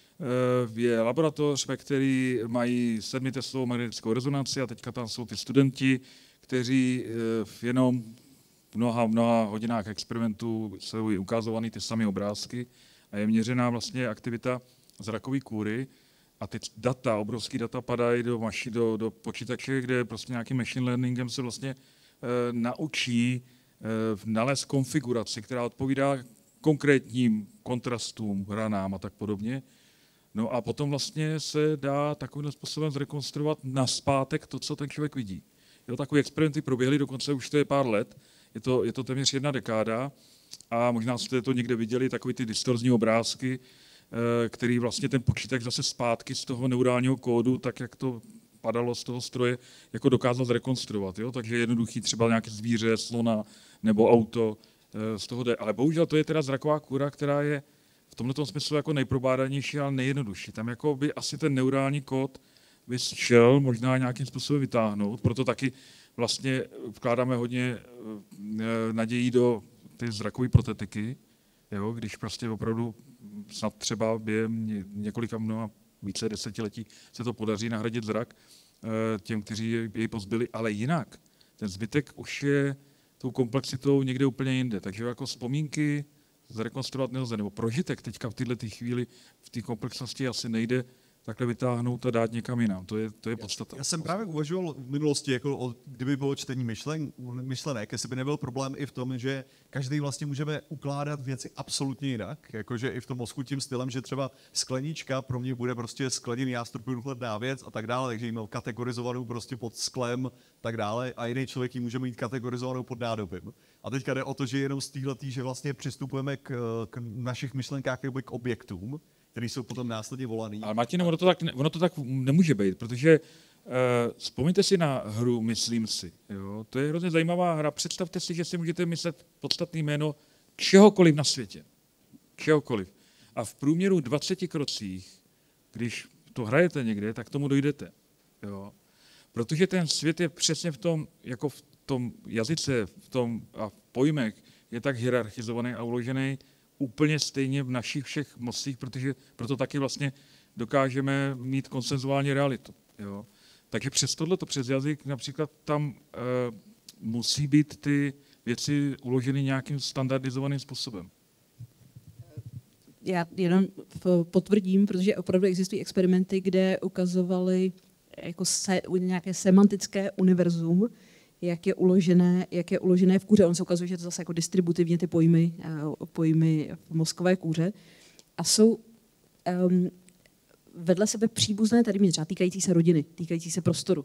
je laboratoř, ve který mají sedmitestovou magnetickou rezonanci a teďka tam jsou ty studenti, kteří jenom v mnoha, mnoha hodinách experimentů jsou ukázovány ty samé obrázky a je měřená vlastně aktivita zrakové kůry a ty data, obrovský data padají do, maši, do, do počítače, kde prostě nějakým machine learningem se vlastně e, naučí e, nalézt konfiguraci, která odpovídá konkrétním kontrastům, ranám a tak podobně. No a potom vlastně se dá takovým způsobem zrekonstruovat nazpátek to, co ten člověk vidí. Jo, takové experimenty proběhly, dokonce už to je pár let, je to, je to téměř jedna dekáda a možná jste to někde viděli, takové ty distorzní obrázky, který vlastně ten počítač zase zpátky z toho neurálního kódu, tak jak to padalo z toho stroje, jako dokázal zrekonstruovat. Jo? Takže jednoduchý třeba nějaké zvíře, slona nebo auto z toho jde. Ale bohužel to je teda zraková kůra, která je v tomto smyslu jako nejprobádanější, ale nejjednodušší. Tam jako by asi ten neurální kód bys šel možná nějakým způsobem vytáhnout, proto taky vlastně vkládáme hodně nadějí do ty zrakové protetiky, jo, když prostě opravdu snad třeba během několika mnoha více desetiletí se to podaří nahradit zrak těm, kteří jej pozbyli, ale jinak. Ten zbytek už je tou komplexitou někde úplně jinde. Takže jako vzpomínky zrekonstruovat nelze, nebo prožitek teďka v této chvíli v té komplexnosti asi nejde takhle vytáhnout a dát někam jinam. To je, to je podstata. Já jsem právě uvažoval v minulosti, jako o, kdyby bylo čtení myšlen, myšlenek, jestli by nebyl problém i v tom, že každý vlastně můžeme ukládat věci absolutně jinak. Jakože i v tom mozku tím stylem, že třeba sklenička pro mě bude prostě skleněný jástrupůhledná věc a tak dále, takže ji měl kategorizovanou prostě pod sklem tak dále a jiný člověk ji může mít kategorizovanou pod nádobím. A teďka jde o to, že jenom z téhletý, že vlastně přistupujeme k, k našich myšlenkách k objektům, který jsou potom následně volaný. Ale Martin, ono to tak, ono to tak nemůže být, protože uh, vzpomeňte si na hru Myslím si. Jo? To je hrozně zajímavá hra. Představte si, že si můžete myslet podstatné jméno čehokoliv na světě. Čehokoliv. A v průměru dvaceti krocích, když to hrajete někde, tak tomu dojdete. Jo? Protože ten svět je přesně v tom, jako v tom jazyce, v tom a v pojmech je tak hierarchizovaný a uložený úplně stejně v našich všech mozcích, protože proto taky vlastně dokážeme mít konsenzuální realitu. Jo? Takže přes tohleto, přes jazyk například tam e, musí být ty věci uloženy nějakým standardizovaným způsobem. Já jenom potvrdím, protože opravdu existují experimenty, kde ukazovali jako se, nějaké semantické univerzum, jak je uložené, jak je uložené v kůře. On se ukazuje, že to zase jako distributivně ty pojmy, pojmy v mozkové kůře. A jsou um, vedle sebe příbuzné termíny, třeba týkající se rodiny, týkající se prostoru.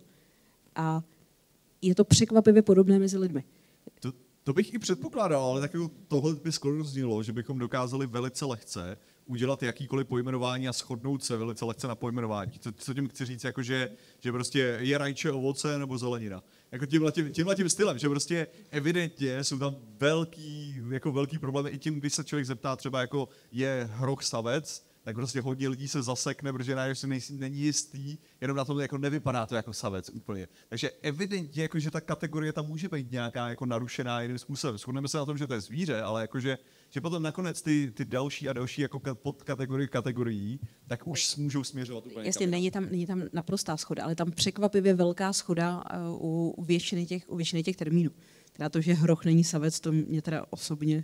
A je to překvapivě podobné mezi lidmi. To, to bych i předpokládal, ale tak jako tohle by skoro znělo, že bychom dokázali velice lehce udělat jakýkoliv pojmenování a shodnout se velice lehce na pojmenování. Co, co tím chci říct, jako že, že prostě je rajče, ovoce nebo zelenina. Jako tímhletím, tímhletím stylem, že prostě evidentně jsou tam velký, jako velký problémy i tím, když se člověk zeptá třeba jako je hroch savec, tak prostě hodně lidí se zasekne, protože najednou si nejsi, není jistý, jenom na tom jako nevypadá to jako savec úplně. Takže evidentně, jako, že ta kategorie tam může být nějaká jako narušená jiným způsobem. Shodneme se na tom, že to je zvíře, ale jakože, že potom nakonec ty, ty další a další jako podkategorie kategorií, tak už můžou směřovat úplně. Jasně, není tam, není tam naprostá shoda, ale tam překvapivě velká shoda u, u, většiny těch, u většiny těch termínů. Teda to, že hroch není savec, to mě teda osobně...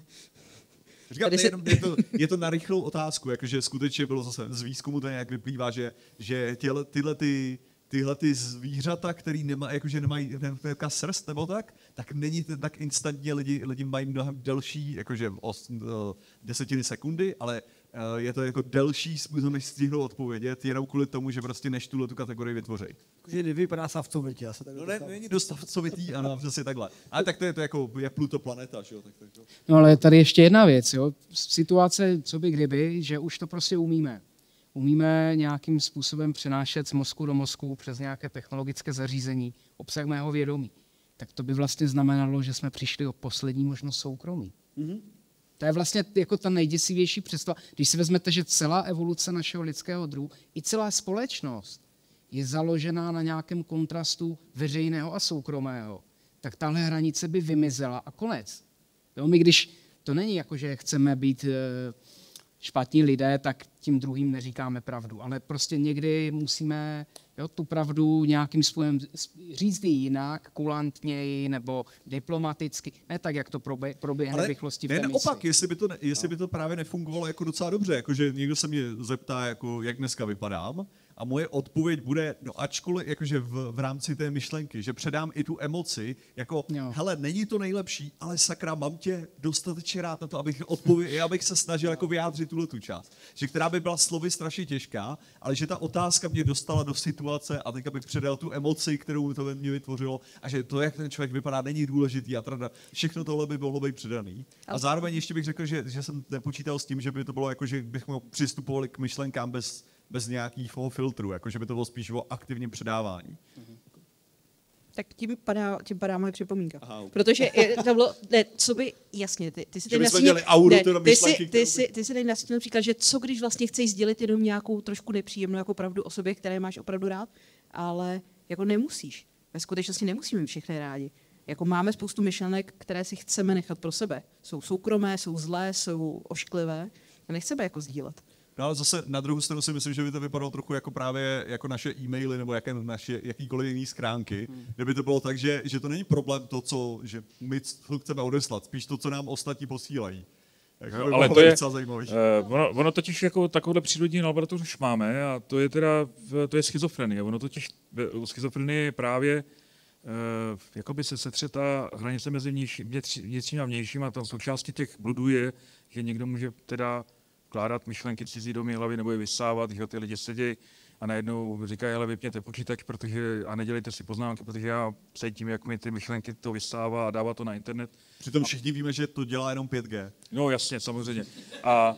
Říkám, se... jenom, je, to, je to na rychlou otázku, jakože skutečně bylo zase z výzkumu to nějak vyplývá, že, že těle, tyhle, ty, tyhle ty zvířata, který nemá, jakože nemají nějaká srst nebo tak, tak není to tak instantně, lidi, lidi mají mnohem delší, jakože os, desetiny sekundy, ale je to jako delší způsob, než stihnou odpovědět, jenom kvůli tomu, že prostě než tuhle tu kategorii vytvoří. Že nevypadá savcovitě. No ne, není dost savcovitý, ano, přesně takhle. Ale tak to je to jako, je Pluto planeta, že jo? Tak, tak, tak. No ale tady ještě jedna věc, jo. Situace, co by kdyby, že už to prostě umíme. Umíme nějakým způsobem přenášet z mozku do mozku přes nějaké technologické zařízení obsah mého vědomí. Tak to by vlastně znamenalo, že jsme přišli o poslední možnost soukromí. Mm-hmm. To je vlastně jako ta nejděsivější představa. Když si vezmete, že celá evoluce našeho lidského druhu i celá společnost je založená na nějakém kontrastu veřejného a soukromého, tak tahle hranice by vymizela a konec. Jo, my když to není jako, že chceme být špatní lidé, tak tím druhým neříkáme pravdu, ale prostě někdy musíme, jo, tu pravdu nějakým způsobem říct jinak, kulantněji nebo diplomaticky, ne tak, jak to proběhne v rychlosti v té misi. Opak, jestli by to, ne, jestli by to právě nefungovalo jako docela dobře, jakože někdo se mě zeptá, jako, jak dneska vypadám, a moje odpověď bude, no ačkoliv jakože v, v rámci té myšlenky, že předám i tu emoci, jako jo. Hele, není to nejlepší, ale sakra, mám tě dostatečně rád na to, abych, odpověd, abych se snažil jako vyjádřit tuhle tu část. Že která by byla slovy strašně těžká, ale že ta otázka mě dostala do situace a teď bych předal tu emoci, kterou to ve mně vytvořilo a že to, jak ten člověk vypadá, není důležitý a teda všechno tohle by mohlo být předaný. A zároveň ještě bych řekl, že, že jsem nepočítal s tím, že by to bylo jako, že bychom přistupovali k myšlenkám bez bez nějakého filtru, jakože by to bylo spíš o aktivním předávání. Tak tím padá, tím padá moje připomínka. Aha, okay. Protože to bylo, ne, co by, jasně, ty, ty si tady nastínil, auru, ne, ty, si, ty, si, ty si tady nastínil příklad, že co když vlastně chceš sdělit jenom nějakou trošku nepříjemnou jako pravdu o sobě, které máš opravdu rád, ale jako nemusíš. Ve skutečnosti nemusíme mít všechny rádi. Jako máme spoustu myšlenek, které si chceme nechat pro sebe. Jsou soukromé, jsou zlé, jsou ošklivé a nechceme jako sdílet. No ale zase na druhou stranu si myslím, že by to vypadalo trochu jako právě jako naše e-maily nebo jaké naše jakýkoliv jiný schránky, hmm. kde by to bylo tak, že, že to není problém to, co že my co chceme odeslat, spíš to, co nám ostatní posílají. Tak no, by ale to je, zajímavý. Uh, ono, ono totiž jako takovouhle přírodní laboratoř už máme a to je teda, to je schizofrenie. Ono totiž u schizofrenie je právě uh, jakoby se setřetá hranice mezi vnitřním a vnějším a tam součástí těch bludů je, že někdo může teda vkládat myšlenky cizí do mé hlavy nebo je vysávat, že ty lidi sedí a najednou říkají, ale vypněte počítač, protože, a nedělejte si poznámky, protože já cítím, jak mi ty myšlenky to vysává a dává to na internet. Přitom všichni víme, že to dělá jenom pět G. No jasně, samozřejmě. A,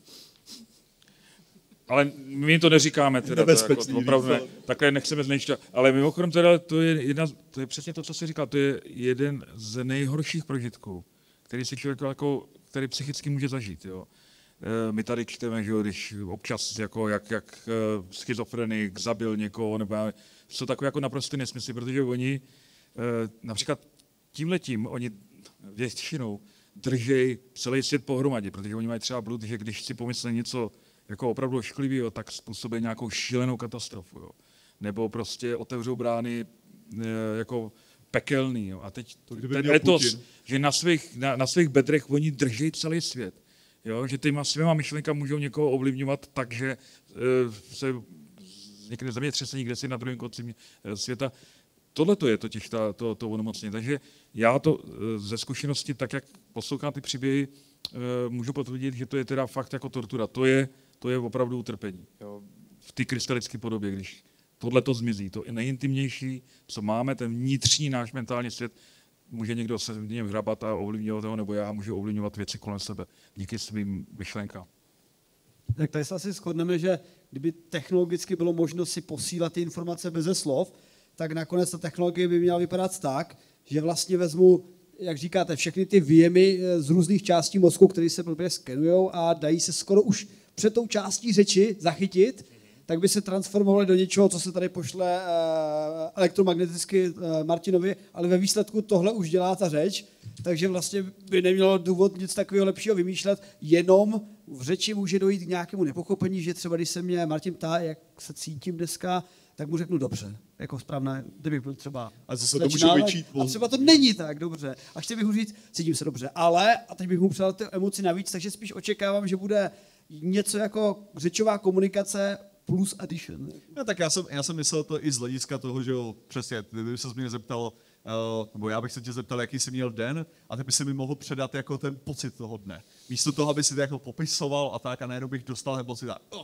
ale my to neříkáme teda, to jako, opravdu ne, takhle nechceme znejšťovat. Ale mimochodem teda to je, jedna, to je přesně to, co jsi říkal, to je jeden z nejhorších prožitků, který si člověk jako, který psychicky může zažít. Jo. My tady čteme, že když občas jako jak, jak schizofrenik zabil někoho, nebo jsou takové jako naprosto nesmysly, protože oni například tímhletím, oni většinou drží celý svět pohromadě, protože oni mají třeba blud, že když si pomyslí něco jako opravdu ošklivého, tak způsobí nějakou šílenou katastrofu. Jo. Nebo prostě otevřou brány jako pekelný. Jo. A teď to, ten etos, že na svých, na, na svých bedrech oni drží celý svět. Jo, že těma svýma myšlenkama můžou někoho ovlivňovat tak, že uh, se někde zemětřesení, kde si na druhém konci světa. Tohle to je totiž ta, to, to onemocnění. Takže já to uh, ze zkušenosti, tak jak poslouchám ty příběhy, uh, můžu potvrdit, že to je teda fakt jako tortura. To je, to je opravdu utrpení. Jo. V té krystalické podobě, když tohle to zmizí, to je nejintimnější, co máme, ten vnitřní náš mentální svět, může někdo se v něm hrabat a ovlivňovat ho, nebo já můžu ovlivňovat věci kolem sebe díky svým myšlenkám. Tak tady se asi shodneme, že kdyby technologicky bylo možno si posílat ty informace beze slov, tak nakonec ta technologie by měla vypadat tak, že vlastně vezmu, jak říkáte, všechny ty výjemy z různých částí mozku, které se blbě skenujou a dají se skoro už před tou částí řeči zachytit, tak by se transformovali do něčeho, co se tady pošle elektromagneticky Martinovi, ale ve výsledku tohle už dělá ta řeč, takže vlastně by nemělo důvod nic takového lepšího vymýšlet, jenom v řeči může dojít k nějakému nepochopení, že třeba když se mě Martin ptá, jak se cítím dneska, tak mu řeknu dobře, jako správné, kdybych byl třeba a zase to může vyčít. A třeba to není tak dobře. A chtěl bych mu říct, cítím se dobře, ale, a teď bych mu přidal ty emoci navíc, takže spíš očekávám, že bude něco jako řečová komunikace plus addition. No, tak já jsem, já jsem myslel to i z hlediska toho, že jo, přesně, kdyby se mě zeptal, uh, nebo já bych se tě zeptal, jaký jsi měl den, a ty by si mi mohl předat jako ten pocit toho dne. Místo toho, aby si to jako popisoval a tak, a najednou bych dostal ten pocit, oh,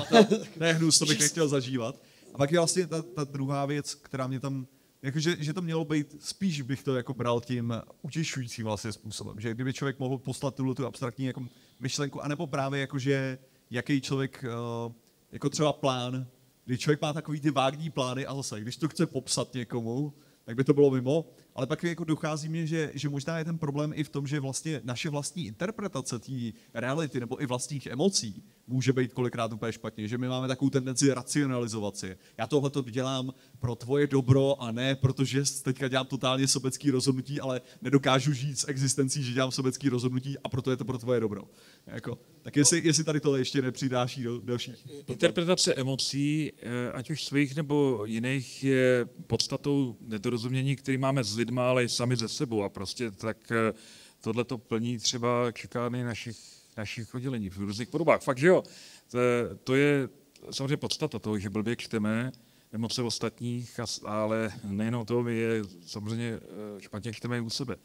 to je hnus, to bych nechtěl zažívat. A pak je vlastně ta, ta druhá věc, která mě tam, jakože, že to mělo být, spíš bych to jako bral tím utěšujícím vlastně způsobem, že kdyby člověk mohl poslat tuhle tu abstraktní jako myšlenku, anebo právě jakože, jaký člověk, uh, jako třeba plán, kdy člověk má takový ty vágní plány a zase, když to chce popsat někomu, tak by to bylo mimo, ale pak jako dochází mě, že, že možná je ten problém i v tom, že vlastně naše vlastní interpretace té reality nebo i vlastních emocí může být kolikrát úplně špatně, že my máme takovou tendenci racionalizovat si. Já tohle to dělám pro tvoje dobro a ne, protože teďka dělám totálně sobecký rozhodnutí, ale nedokážu žít s existencí, že dělám sobecký rozhodnutí a proto je to pro tvoje dobro. Jako, tak jestli, jestli tady tohle ještě nepřidáší do dalších. Interpretace emocí, ať už svých nebo jiných, je podstatou nedorozumění, který máme s lidma, ale i sami ze sebou. A prostě tak tohle to plní třeba čekání našich, našich oddělení v různých podobách. Fakt, že jo, to, to je samozřejmě podstata toho, že blbě čteme emoce ostatních, ale nejenom to, my je samozřejmě špatně čteme i u sebe.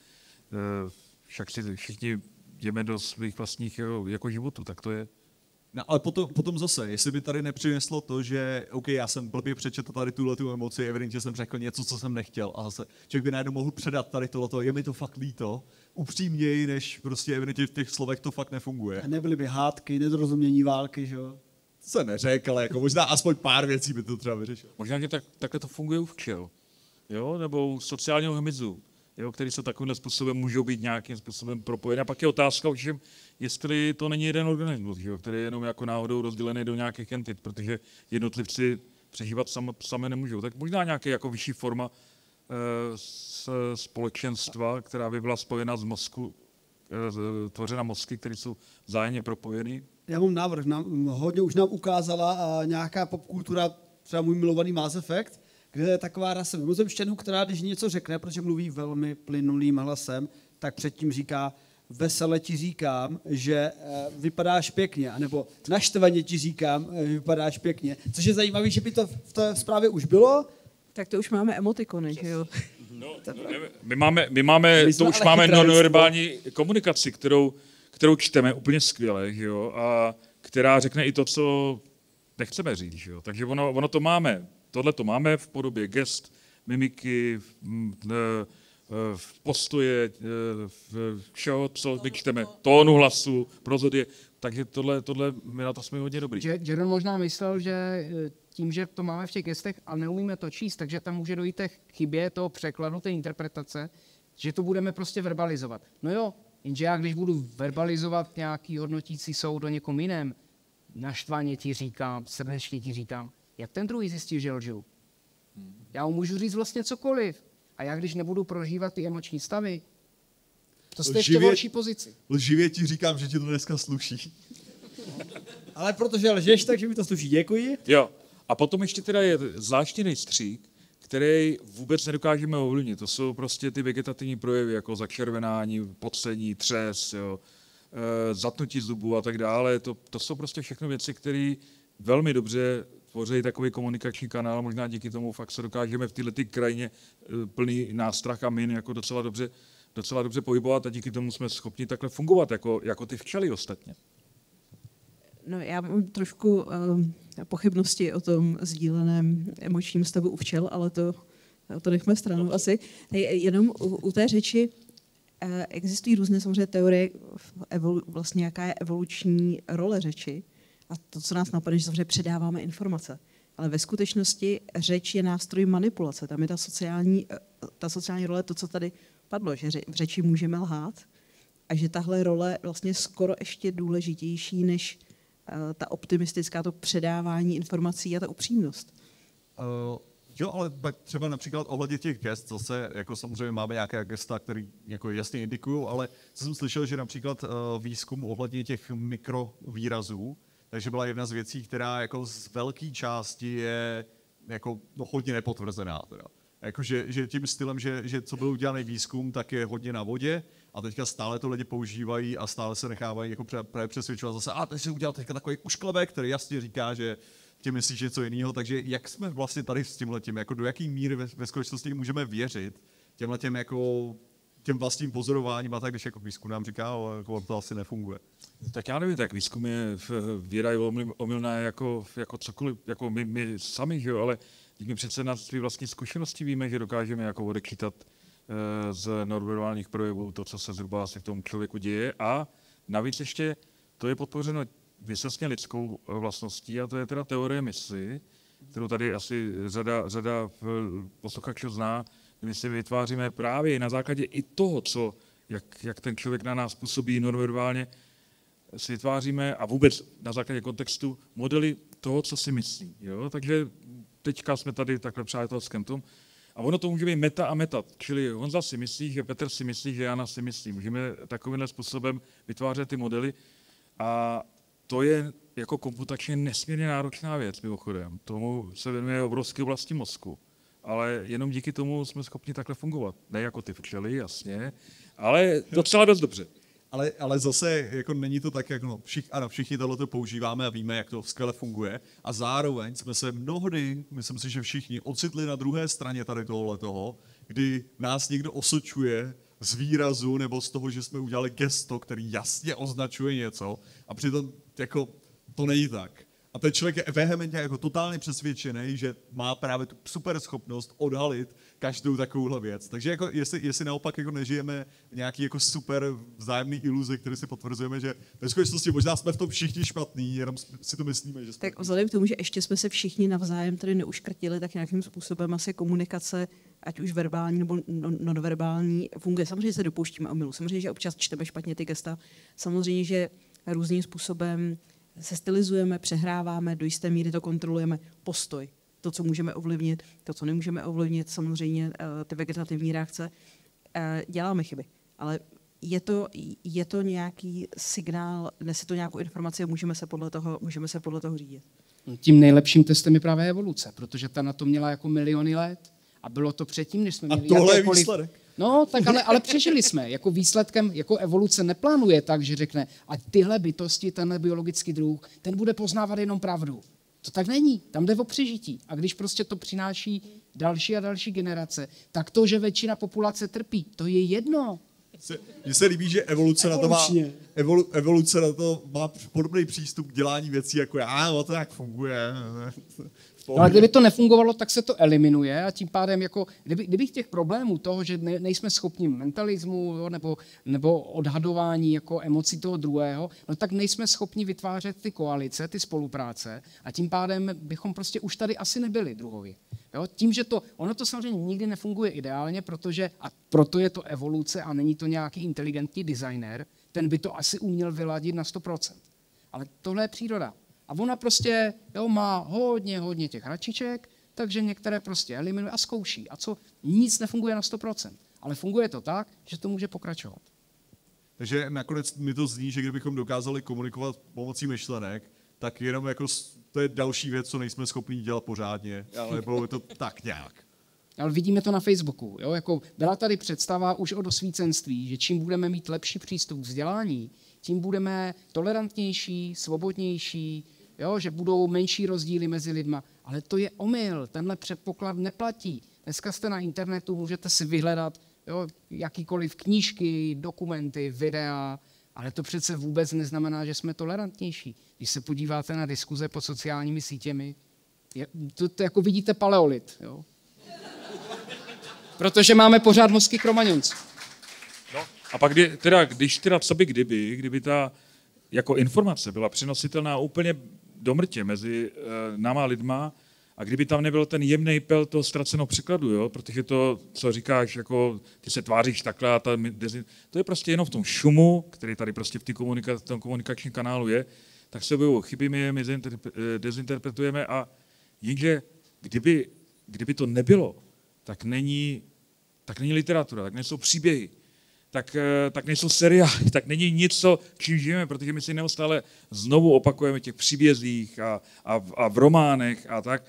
Však si všichni jdeme do svých vlastních jako, jako životů, tak to je. No ale potom, potom zase, jestli by tady nepřineslo to, že OK, já jsem blbě přečetl tady tuhle tu emoci, evidentně jsem řekl něco, co jsem nechtěl a zase člověk by najednou mohl předat tady tohleto, je mi to fakt líto, upřímněji, než prostě evidentně v těch slovech to fakt nefunguje. A nebyly by hádky, nedorozumění, války, že jo? To se neřekl, ale jako možná aspoň pár věcí by to třeba vyřešilo. Možná, že tak, takhle to funguje u včel, jo, nebo u sociálního hmyzu. Jo, který se takovým způsobem můžou být nějakým způsobem propojené. A pak je otázka, že jestli to není jeden organismus, jo, který je jenom jako náhodou rozdělený do nějakých entit, protože jednotlivci přežívat sam, samé nemůžou. Tak možná nějaká jako vyšší forma e, s, společenstva, která by byla spojena z mozku, e, tvořena mozky, které jsou vzájemně propojeny. Já mám návrh, nám, hodně už nám ukázala a nějaká popkultura, třeba můj milovaný Mass Effect, kde je taková rasa mimozemšťanů, která když něco řekne, protože mluví velmi plynulým hlasem, tak předtím říká, vesele ti říkám, že uh, vypadáš pěkně, anebo naštvaně ti říkám, uh, vypadáš pěkně. Což je zajímavé, že by to v té zprávě už bylo. Tak to už máme emotikony, že jo? No, no, my máme, my máme my to už máme nonverbální komunikaci, kterou, kterou čteme úplně skvěle, že jo, a která řekne i to, co nechceme říct, že jo. Takže ono, ono to máme. Tohle to máme v podobě gest, mimiky, v postoje, v všeho, co my čteme, tónu hlasu, prozodie. Takže tohle, tohle my na to jsme hodně dobrý. Jaron možná myslel, že tím, že to máme v těch gestech a neumíme to číst, takže tam může dojít k chybě toho překladu, té interpretace, že to budeme prostě verbalizovat. No jo, jenže já když budu verbalizovat nějaký hodnotící soud o někom jiném, naštvaně ti říkám, srdečně ti říkám, jak ten druhý zjistí, že lžu? Já mu můžu říct vlastně cokoliv. A já když nebudu prožívat ty emoční stavy, to jste ještě v horší pozici. Lživě ti říkám, že ti to dneska sluší. Ale protože lžeš, takže mi to sluší. Děkuji. Jo. A potom ještě teda je zvláštní rejstřík, který vůbec nedokážeme ovlivnit. To jsou prostě ty vegetativní projevy, jako začervenání, pocení, třes, jo, e, zatnutí zubů a tak dále. To, to jsou prostě všechno věci, které velmi dobře tvoří takový komunikační kanál. Možná díky tomu fakt se dokážeme v této krajině plný nástrah a min jako docela dobře, docela dobře pohybovat a díky tomu jsme schopni takhle fungovat, jako, jako ty včely ostatně. No, já mám trošku uh, pochybnosti o tom sdíleném emočním stavu u včel, ale to, to nechme stranou asi. Jenom u, u té řeči uh, existují různé samozřejmě teorie, evolu, vlastně jaká je evoluční role řeči. A to, co nás napadne, že samozřejmě předáváme informace. Ale ve skutečnosti řeč je nástroj manipulace. Tam je ta sociální, ta sociální role, to, co tady padlo, že v řeči můžeme lhát a že tahle role vlastně skoro ještě důležitější než uh, ta optimistická, to předávání informací a ta upřímnost. Uh, jo, ale třeba například ohledně těch gest, zase jako samozřejmě máme nějaké gesta, které jako jasně indikují, ale co jsem slyšel, že například uh, výzkum ohledně těch mikrovýrazů, takže byla jedna z věcí, která jako z velké části je jako no, hodně nepotvrzená. Teda. Jako, že, že tím stylem, že, že co byl udělaný výzkum, tak je hodně na vodě a teďka stále to lidi používají a stále se nechávají jako právě přesvědčovat zase, a teď si udělal teďka takový ušklebek, který jasně říká, že tím myslíš něco jiného, takže jak jsme vlastně tady s tímhletím, jako do jaký míry ve, ve skutečnosti můžeme věřit těmhletěm jako těm vlastním pozorováním a tak, když jako výzkum nám říká, ale jako to asi nefunguje. Tak já nevím, tak výzkum je věda je omylná jako, jako cokoliv, jako my, my sami, že jo, ale my přece na své vlastní zkušenosti víme, že dokážeme jako odečítat e, z nonverbálních projevů to, co se zhruba asi v tom člověku děje a navíc ještě to je podpořeno vysostně lidskou vlastností a to je teda teorie mysli, kterou tady asi řada, řada posluchačů zná. My si vytváříme právě na základě i toho, co, jak, jak ten člověk na nás působí nonverbálně, si vytváříme a vůbec na základě kontextu modely toho, co si myslí. Jo? Takže teďka jsme tady takhle přátelském tom. A ono to může být meta a meta. Čili Honza si myslí, že Petr si myslí, že Jana si myslí. Můžeme takovýmhle způsobem vytvářet ty modely a to je jako komputačně nesmírně náročná věc, mimochodem. Tomu se věnuje obrovské oblasti mozku. Ale jenom díky tomu jsme schopni takhle fungovat. Ne jako ty včely, jasně, ale docela dost dobře. Ale, ale zase jako není to tak, jak no, všich, ano, všichni tohleto používáme a víme, jak to skvěle funguje. A zároveň jsme se mnohdy, myslím si, že všichni, ocitli na druhé straně tady tohohletoho, kdy nás někdo osočuje z výrazu nebo z toho, že jsme udělali gesto, který jasně označuje něco a přitom jako to není tak. A ten člověk je vehementně jako totálně přesvědčený, že má právě tu super schopnost odhalit každou takovouhle věc. Takže jako jestli, jestli naopak jako nežijeme nějaký jako super vzájemný iluze, které si potvrzujeme, že ve skutečnosti možná jsme v tom všichni špatný, jenom si to myslíme, že jsme. Tak vzhledem k tomu, že ještě jsme se všichni navzájem tady neuškrtili, tak nějakým způsobem asi komunikace, ať už verbální nebo nonverbální, funguje. Samozřejmě se dopouštíme omylu. Samozřejmě, že občas čteme špatně ty gesta. Samozřejmě, že různým způsobem se stylizujeme, přehráváme, do jisté míry to kontrolujeme. Postoj. to, co můžeme ovlivnit, to, co nemůžeme ovlivnit, samozřejmě eh, ty vegetativní reakce, eh, děláme chyby. Ale je to, je to nějaký signál, nese to nějakou informaci a můžeme se podle toho, můžeme se podle toho řídit. Tím nejlepším testem je právě evoluce, protože ta na to měla jako miliony let a bylo to předtím, než jsme A měli tohle je jakékoliv... výsledek. No, tak ale, ale přežili jsme. Jako výsledkem, jako evoluce neplánuje tak, že řekne, a tyhle bytosti, tenhle biologický druh, ten bude poznávat jenom pravdu. To tak není. Tam jde o přežití. A když prostě to přináší další a další generace, tak to, že většina populace trpí, to je jedno. Mně se líbí, že evoluce na to má, Evolučně. evolu, evoluce na to má podobný přístup k dělání věcí, jako já, no to jak funguje. No, ale kdyby to nefungovalo, tak se to eliminuje a tím pádem, jako, kdyby, kdybych těch problémů toho, že ne, nejsme schopni mentalismu jo, nebo, nebo odhadování jako emocí toho druhého, no, tak nejsme schopni vytvářet ty koalice, ty spolupráce a tím pádem bychom prostě už tady asi nebyli druhovi. Jo, tím, že to, ono to samozřejmě nikdy nefunguje ideálně, protože, a proto je to evoluce a není to nějaký inteligentní designer, ten by to asi uměl vyladit na sto procent. Ale tohle je příroda. A ona prostě jo, má hodně, hodně těch hračiček, takže některé prostě eliminuje a zkouší. A co? Nic nefunguje na sto procent. Ale funguje to tak, že to může pokračovat. Takže nakonec mi to zní, že kdybychom dokázali komunikovat pomocí myšlenek, tak jenom jako s- to je další věc, co nejsme schopni dělat pořádně, ale bylo by to tak nějak. Ale vidíme to na Facebooku. Jo? Jako byla tady představa už o dosvícenství, že čím budeme mít lepší přístup k vzdělání, tím budeme tolerantnější, svobodnější, jo? Že budou menší rozdíly mezi lidma. Ale to je omyl, tenhle předpoklad neplatí. Dneska jste na internetu, můžete si vyhledat jo, jakýkoliv knížky, dokumenty, videa, ale to přece vůbec neznamená, že jsme tolerantnější. Když se podíváte na diskuze pod sociálními sítěmi, je, to, to jako vidíte paleolit. Jo? Protože máme pořád mozky kromaňonci. No, a pak kdy, teda, když teda co by kdyby, kdyby ta jako informace byla přenositelná úplně do mrtě mezi uh, náma lidma a kdyby tam nebyl ten jemný pel toho ztraceného překladu, jo? Protože to, co říkáš, jako ty se tváříš takhle a ta, to je prostě jenom v tom šumu, který tady prostě v, komunika, v tom komunikačním kanálu je, tak se objevují chyby, my je my dezinterpretujeme a jenže kdyby, kdyby to nebylo, tak není, tak není literatura, tak nejsou příběhy, tak, tak nejsou seriály, tak není nic, co čím žijeme, protože my si neustále znovu opakujeme v těch příbězích a, a, a v románech a tak,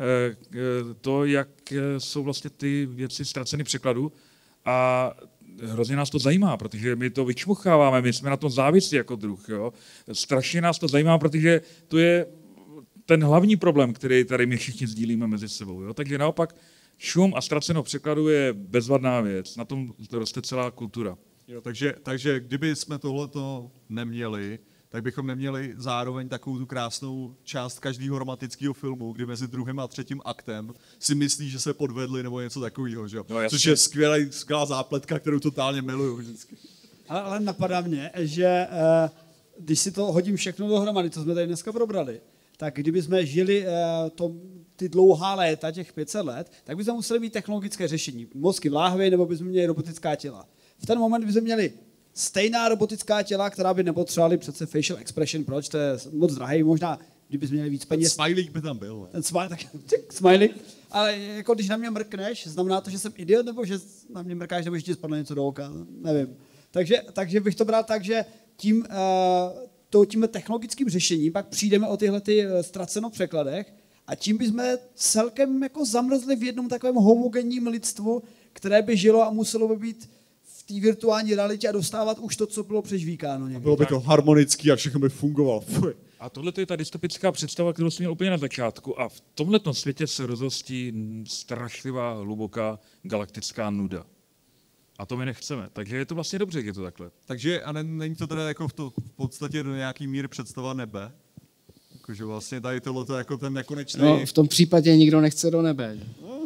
to, jak jsou vlastně ty věci ztraceny překladu a hrozně nás to zajímá, protože my to vyčmucháváme, my jsme na tom závislí jako druh. Jo. Strašně nás to zajímá, protože to je ten hlavní problém, který tady my všichni sdílíme mezi sebou. Jo. Takže naopak šum a ztraceno překladu je bezvadná věc. Na tom roste celá kultura. Jo, takže, takže kdyby jsme tohleto neměli, tak bychom neměli zároveň takovou tu krásnou část každého romantického filmu, kdy mezi druhým a třetím aktem si myslí, že se podvedli nebo něco takového, že? No, Což je skvělá, skvělá zápletka, kterou totálně miluju vždycky. Ale, ale napadá mě, že eh, když si to hodím všechno dohromady, co jsme tady dneska probrali, tak kdyby jsme žili eh, to, ty dlouhá léta, těch pět set let, tak bychom museli mít technologické řešení. Mozky v láhvi, nebo bychom měli robotická těla. V ten moment bychom měli stejná robotická těla, která by nepotřebovaly přece facial expression. Proč? To je moc drahý, možná, kdyby měli víc peněz. Smajlík by tam byl. Ten smajlík, tak smajlík. Ale jako když na mě mrkneš, znamená to, že jsem idiot, nebo že na mě mrkáš, nebo že ti spadne něco do oka, nevím. Takže, takže bych to bral tak, že tím, uh, to, tím technologickým řešením pak přijdeme o tyhle ty uh, ztraceno překladech a tím bychom celkem jako zamrzli v jednom takovém homogenním lidstvu, které by žilo a muselo by být v té virtuální realitě a dostávat už to, co bylo přežvíkáno někdy. Bylo by to harmonický a všechno by fungovalo. Fuj. A tohle je ta dystopická představa, kterou jsem měl úplně na začátku. A v tomhletom světě se rozhostí strašlivá, hluboká galaktická nuda. A to my nechceme. Takže je to vlastně dobře, že je to takhle. Takže a ne, není to teda jako v, to, v podstatě do nějaký míry představa nebe? Jakože vlastně tady tohle je jako ten nekonečný... No, v tom případě nikdo nechce do nebe.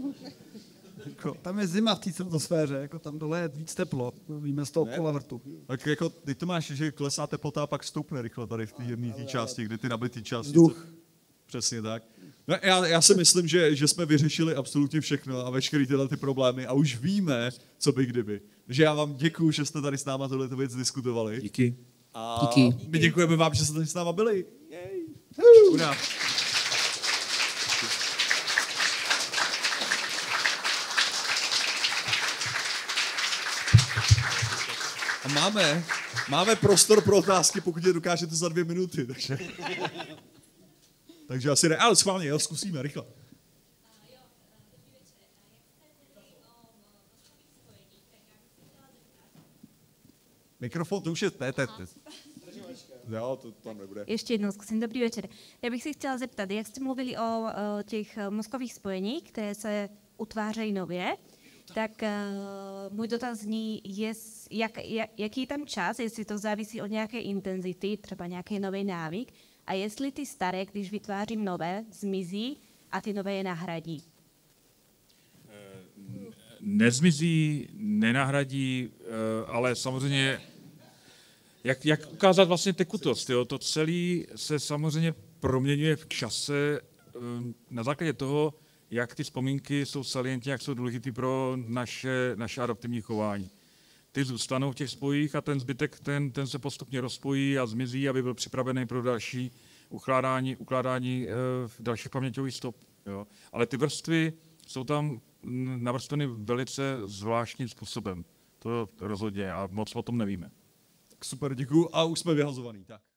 Jako, tam je zima v té stratosféře, jako tam dole je víc teplo, víme z toho kolavrtu. Tak jako, ty to máš, že klesá teplota a pak stoupne rychle tady v té jedné části, kdy ty nabitý části. Vzduch. Přesně tak. No, já, já si myslím, že, že jsme vyřešili absolutně všechno a veškeré tyhle ty problémy a už víme, co by kdyby. Takže já vám děkuju, že jste tady s náma tohleto věc diskutovali. Díky. A Díky. my děkujeme vám, že jste tady s náma byli. Jej. Ura. A máme, máme prostor pro otázky, pokud je dokážete za dvě minuty, takže... takže asi ne, ale schválně, jo, zkusíme, rychle. Mikrofon, to už je, ne, ne, ne. Jo, to tam nebude. Ještě jednou zkusím. Dobrý večer. Já bych se chtěla zeptat, jak jste mluvili o, o těch mozkových spojeních, které se utvářejí nově, tak uh, můj dotaz zní, jest, jak, jak, jaký je tam čas, jestli to závisí od nějaké intenzity, třeba nějaký nový návyk, a jestli ty staré, když vytvářím nové, zmizí a ty nové je nahradí. Nezmizí, nenahradí, ale samozřejmě, jak, jak ukázat vlastně tekutost, jo? To celé se samozřejmě proměňuje v čase na základě toho, jak ty vzpomínky jsou salientní, jak jsou důležitý pro naše, naše adaptivní chování. Ty zůstanou v těch spojích a ten zbytek, ten, ten se postupně rozpojí a zmizí, aby byl připravený pro další ukládání, ukládání e, dalších paměťových stop. Jo? Ale ty vrstvy jsou tam navrstveny velice zvláštním způsobem. To rozhodně a moc o tom nevíme. Tak super, děkuju a už jsme vyhazovaný. Tak.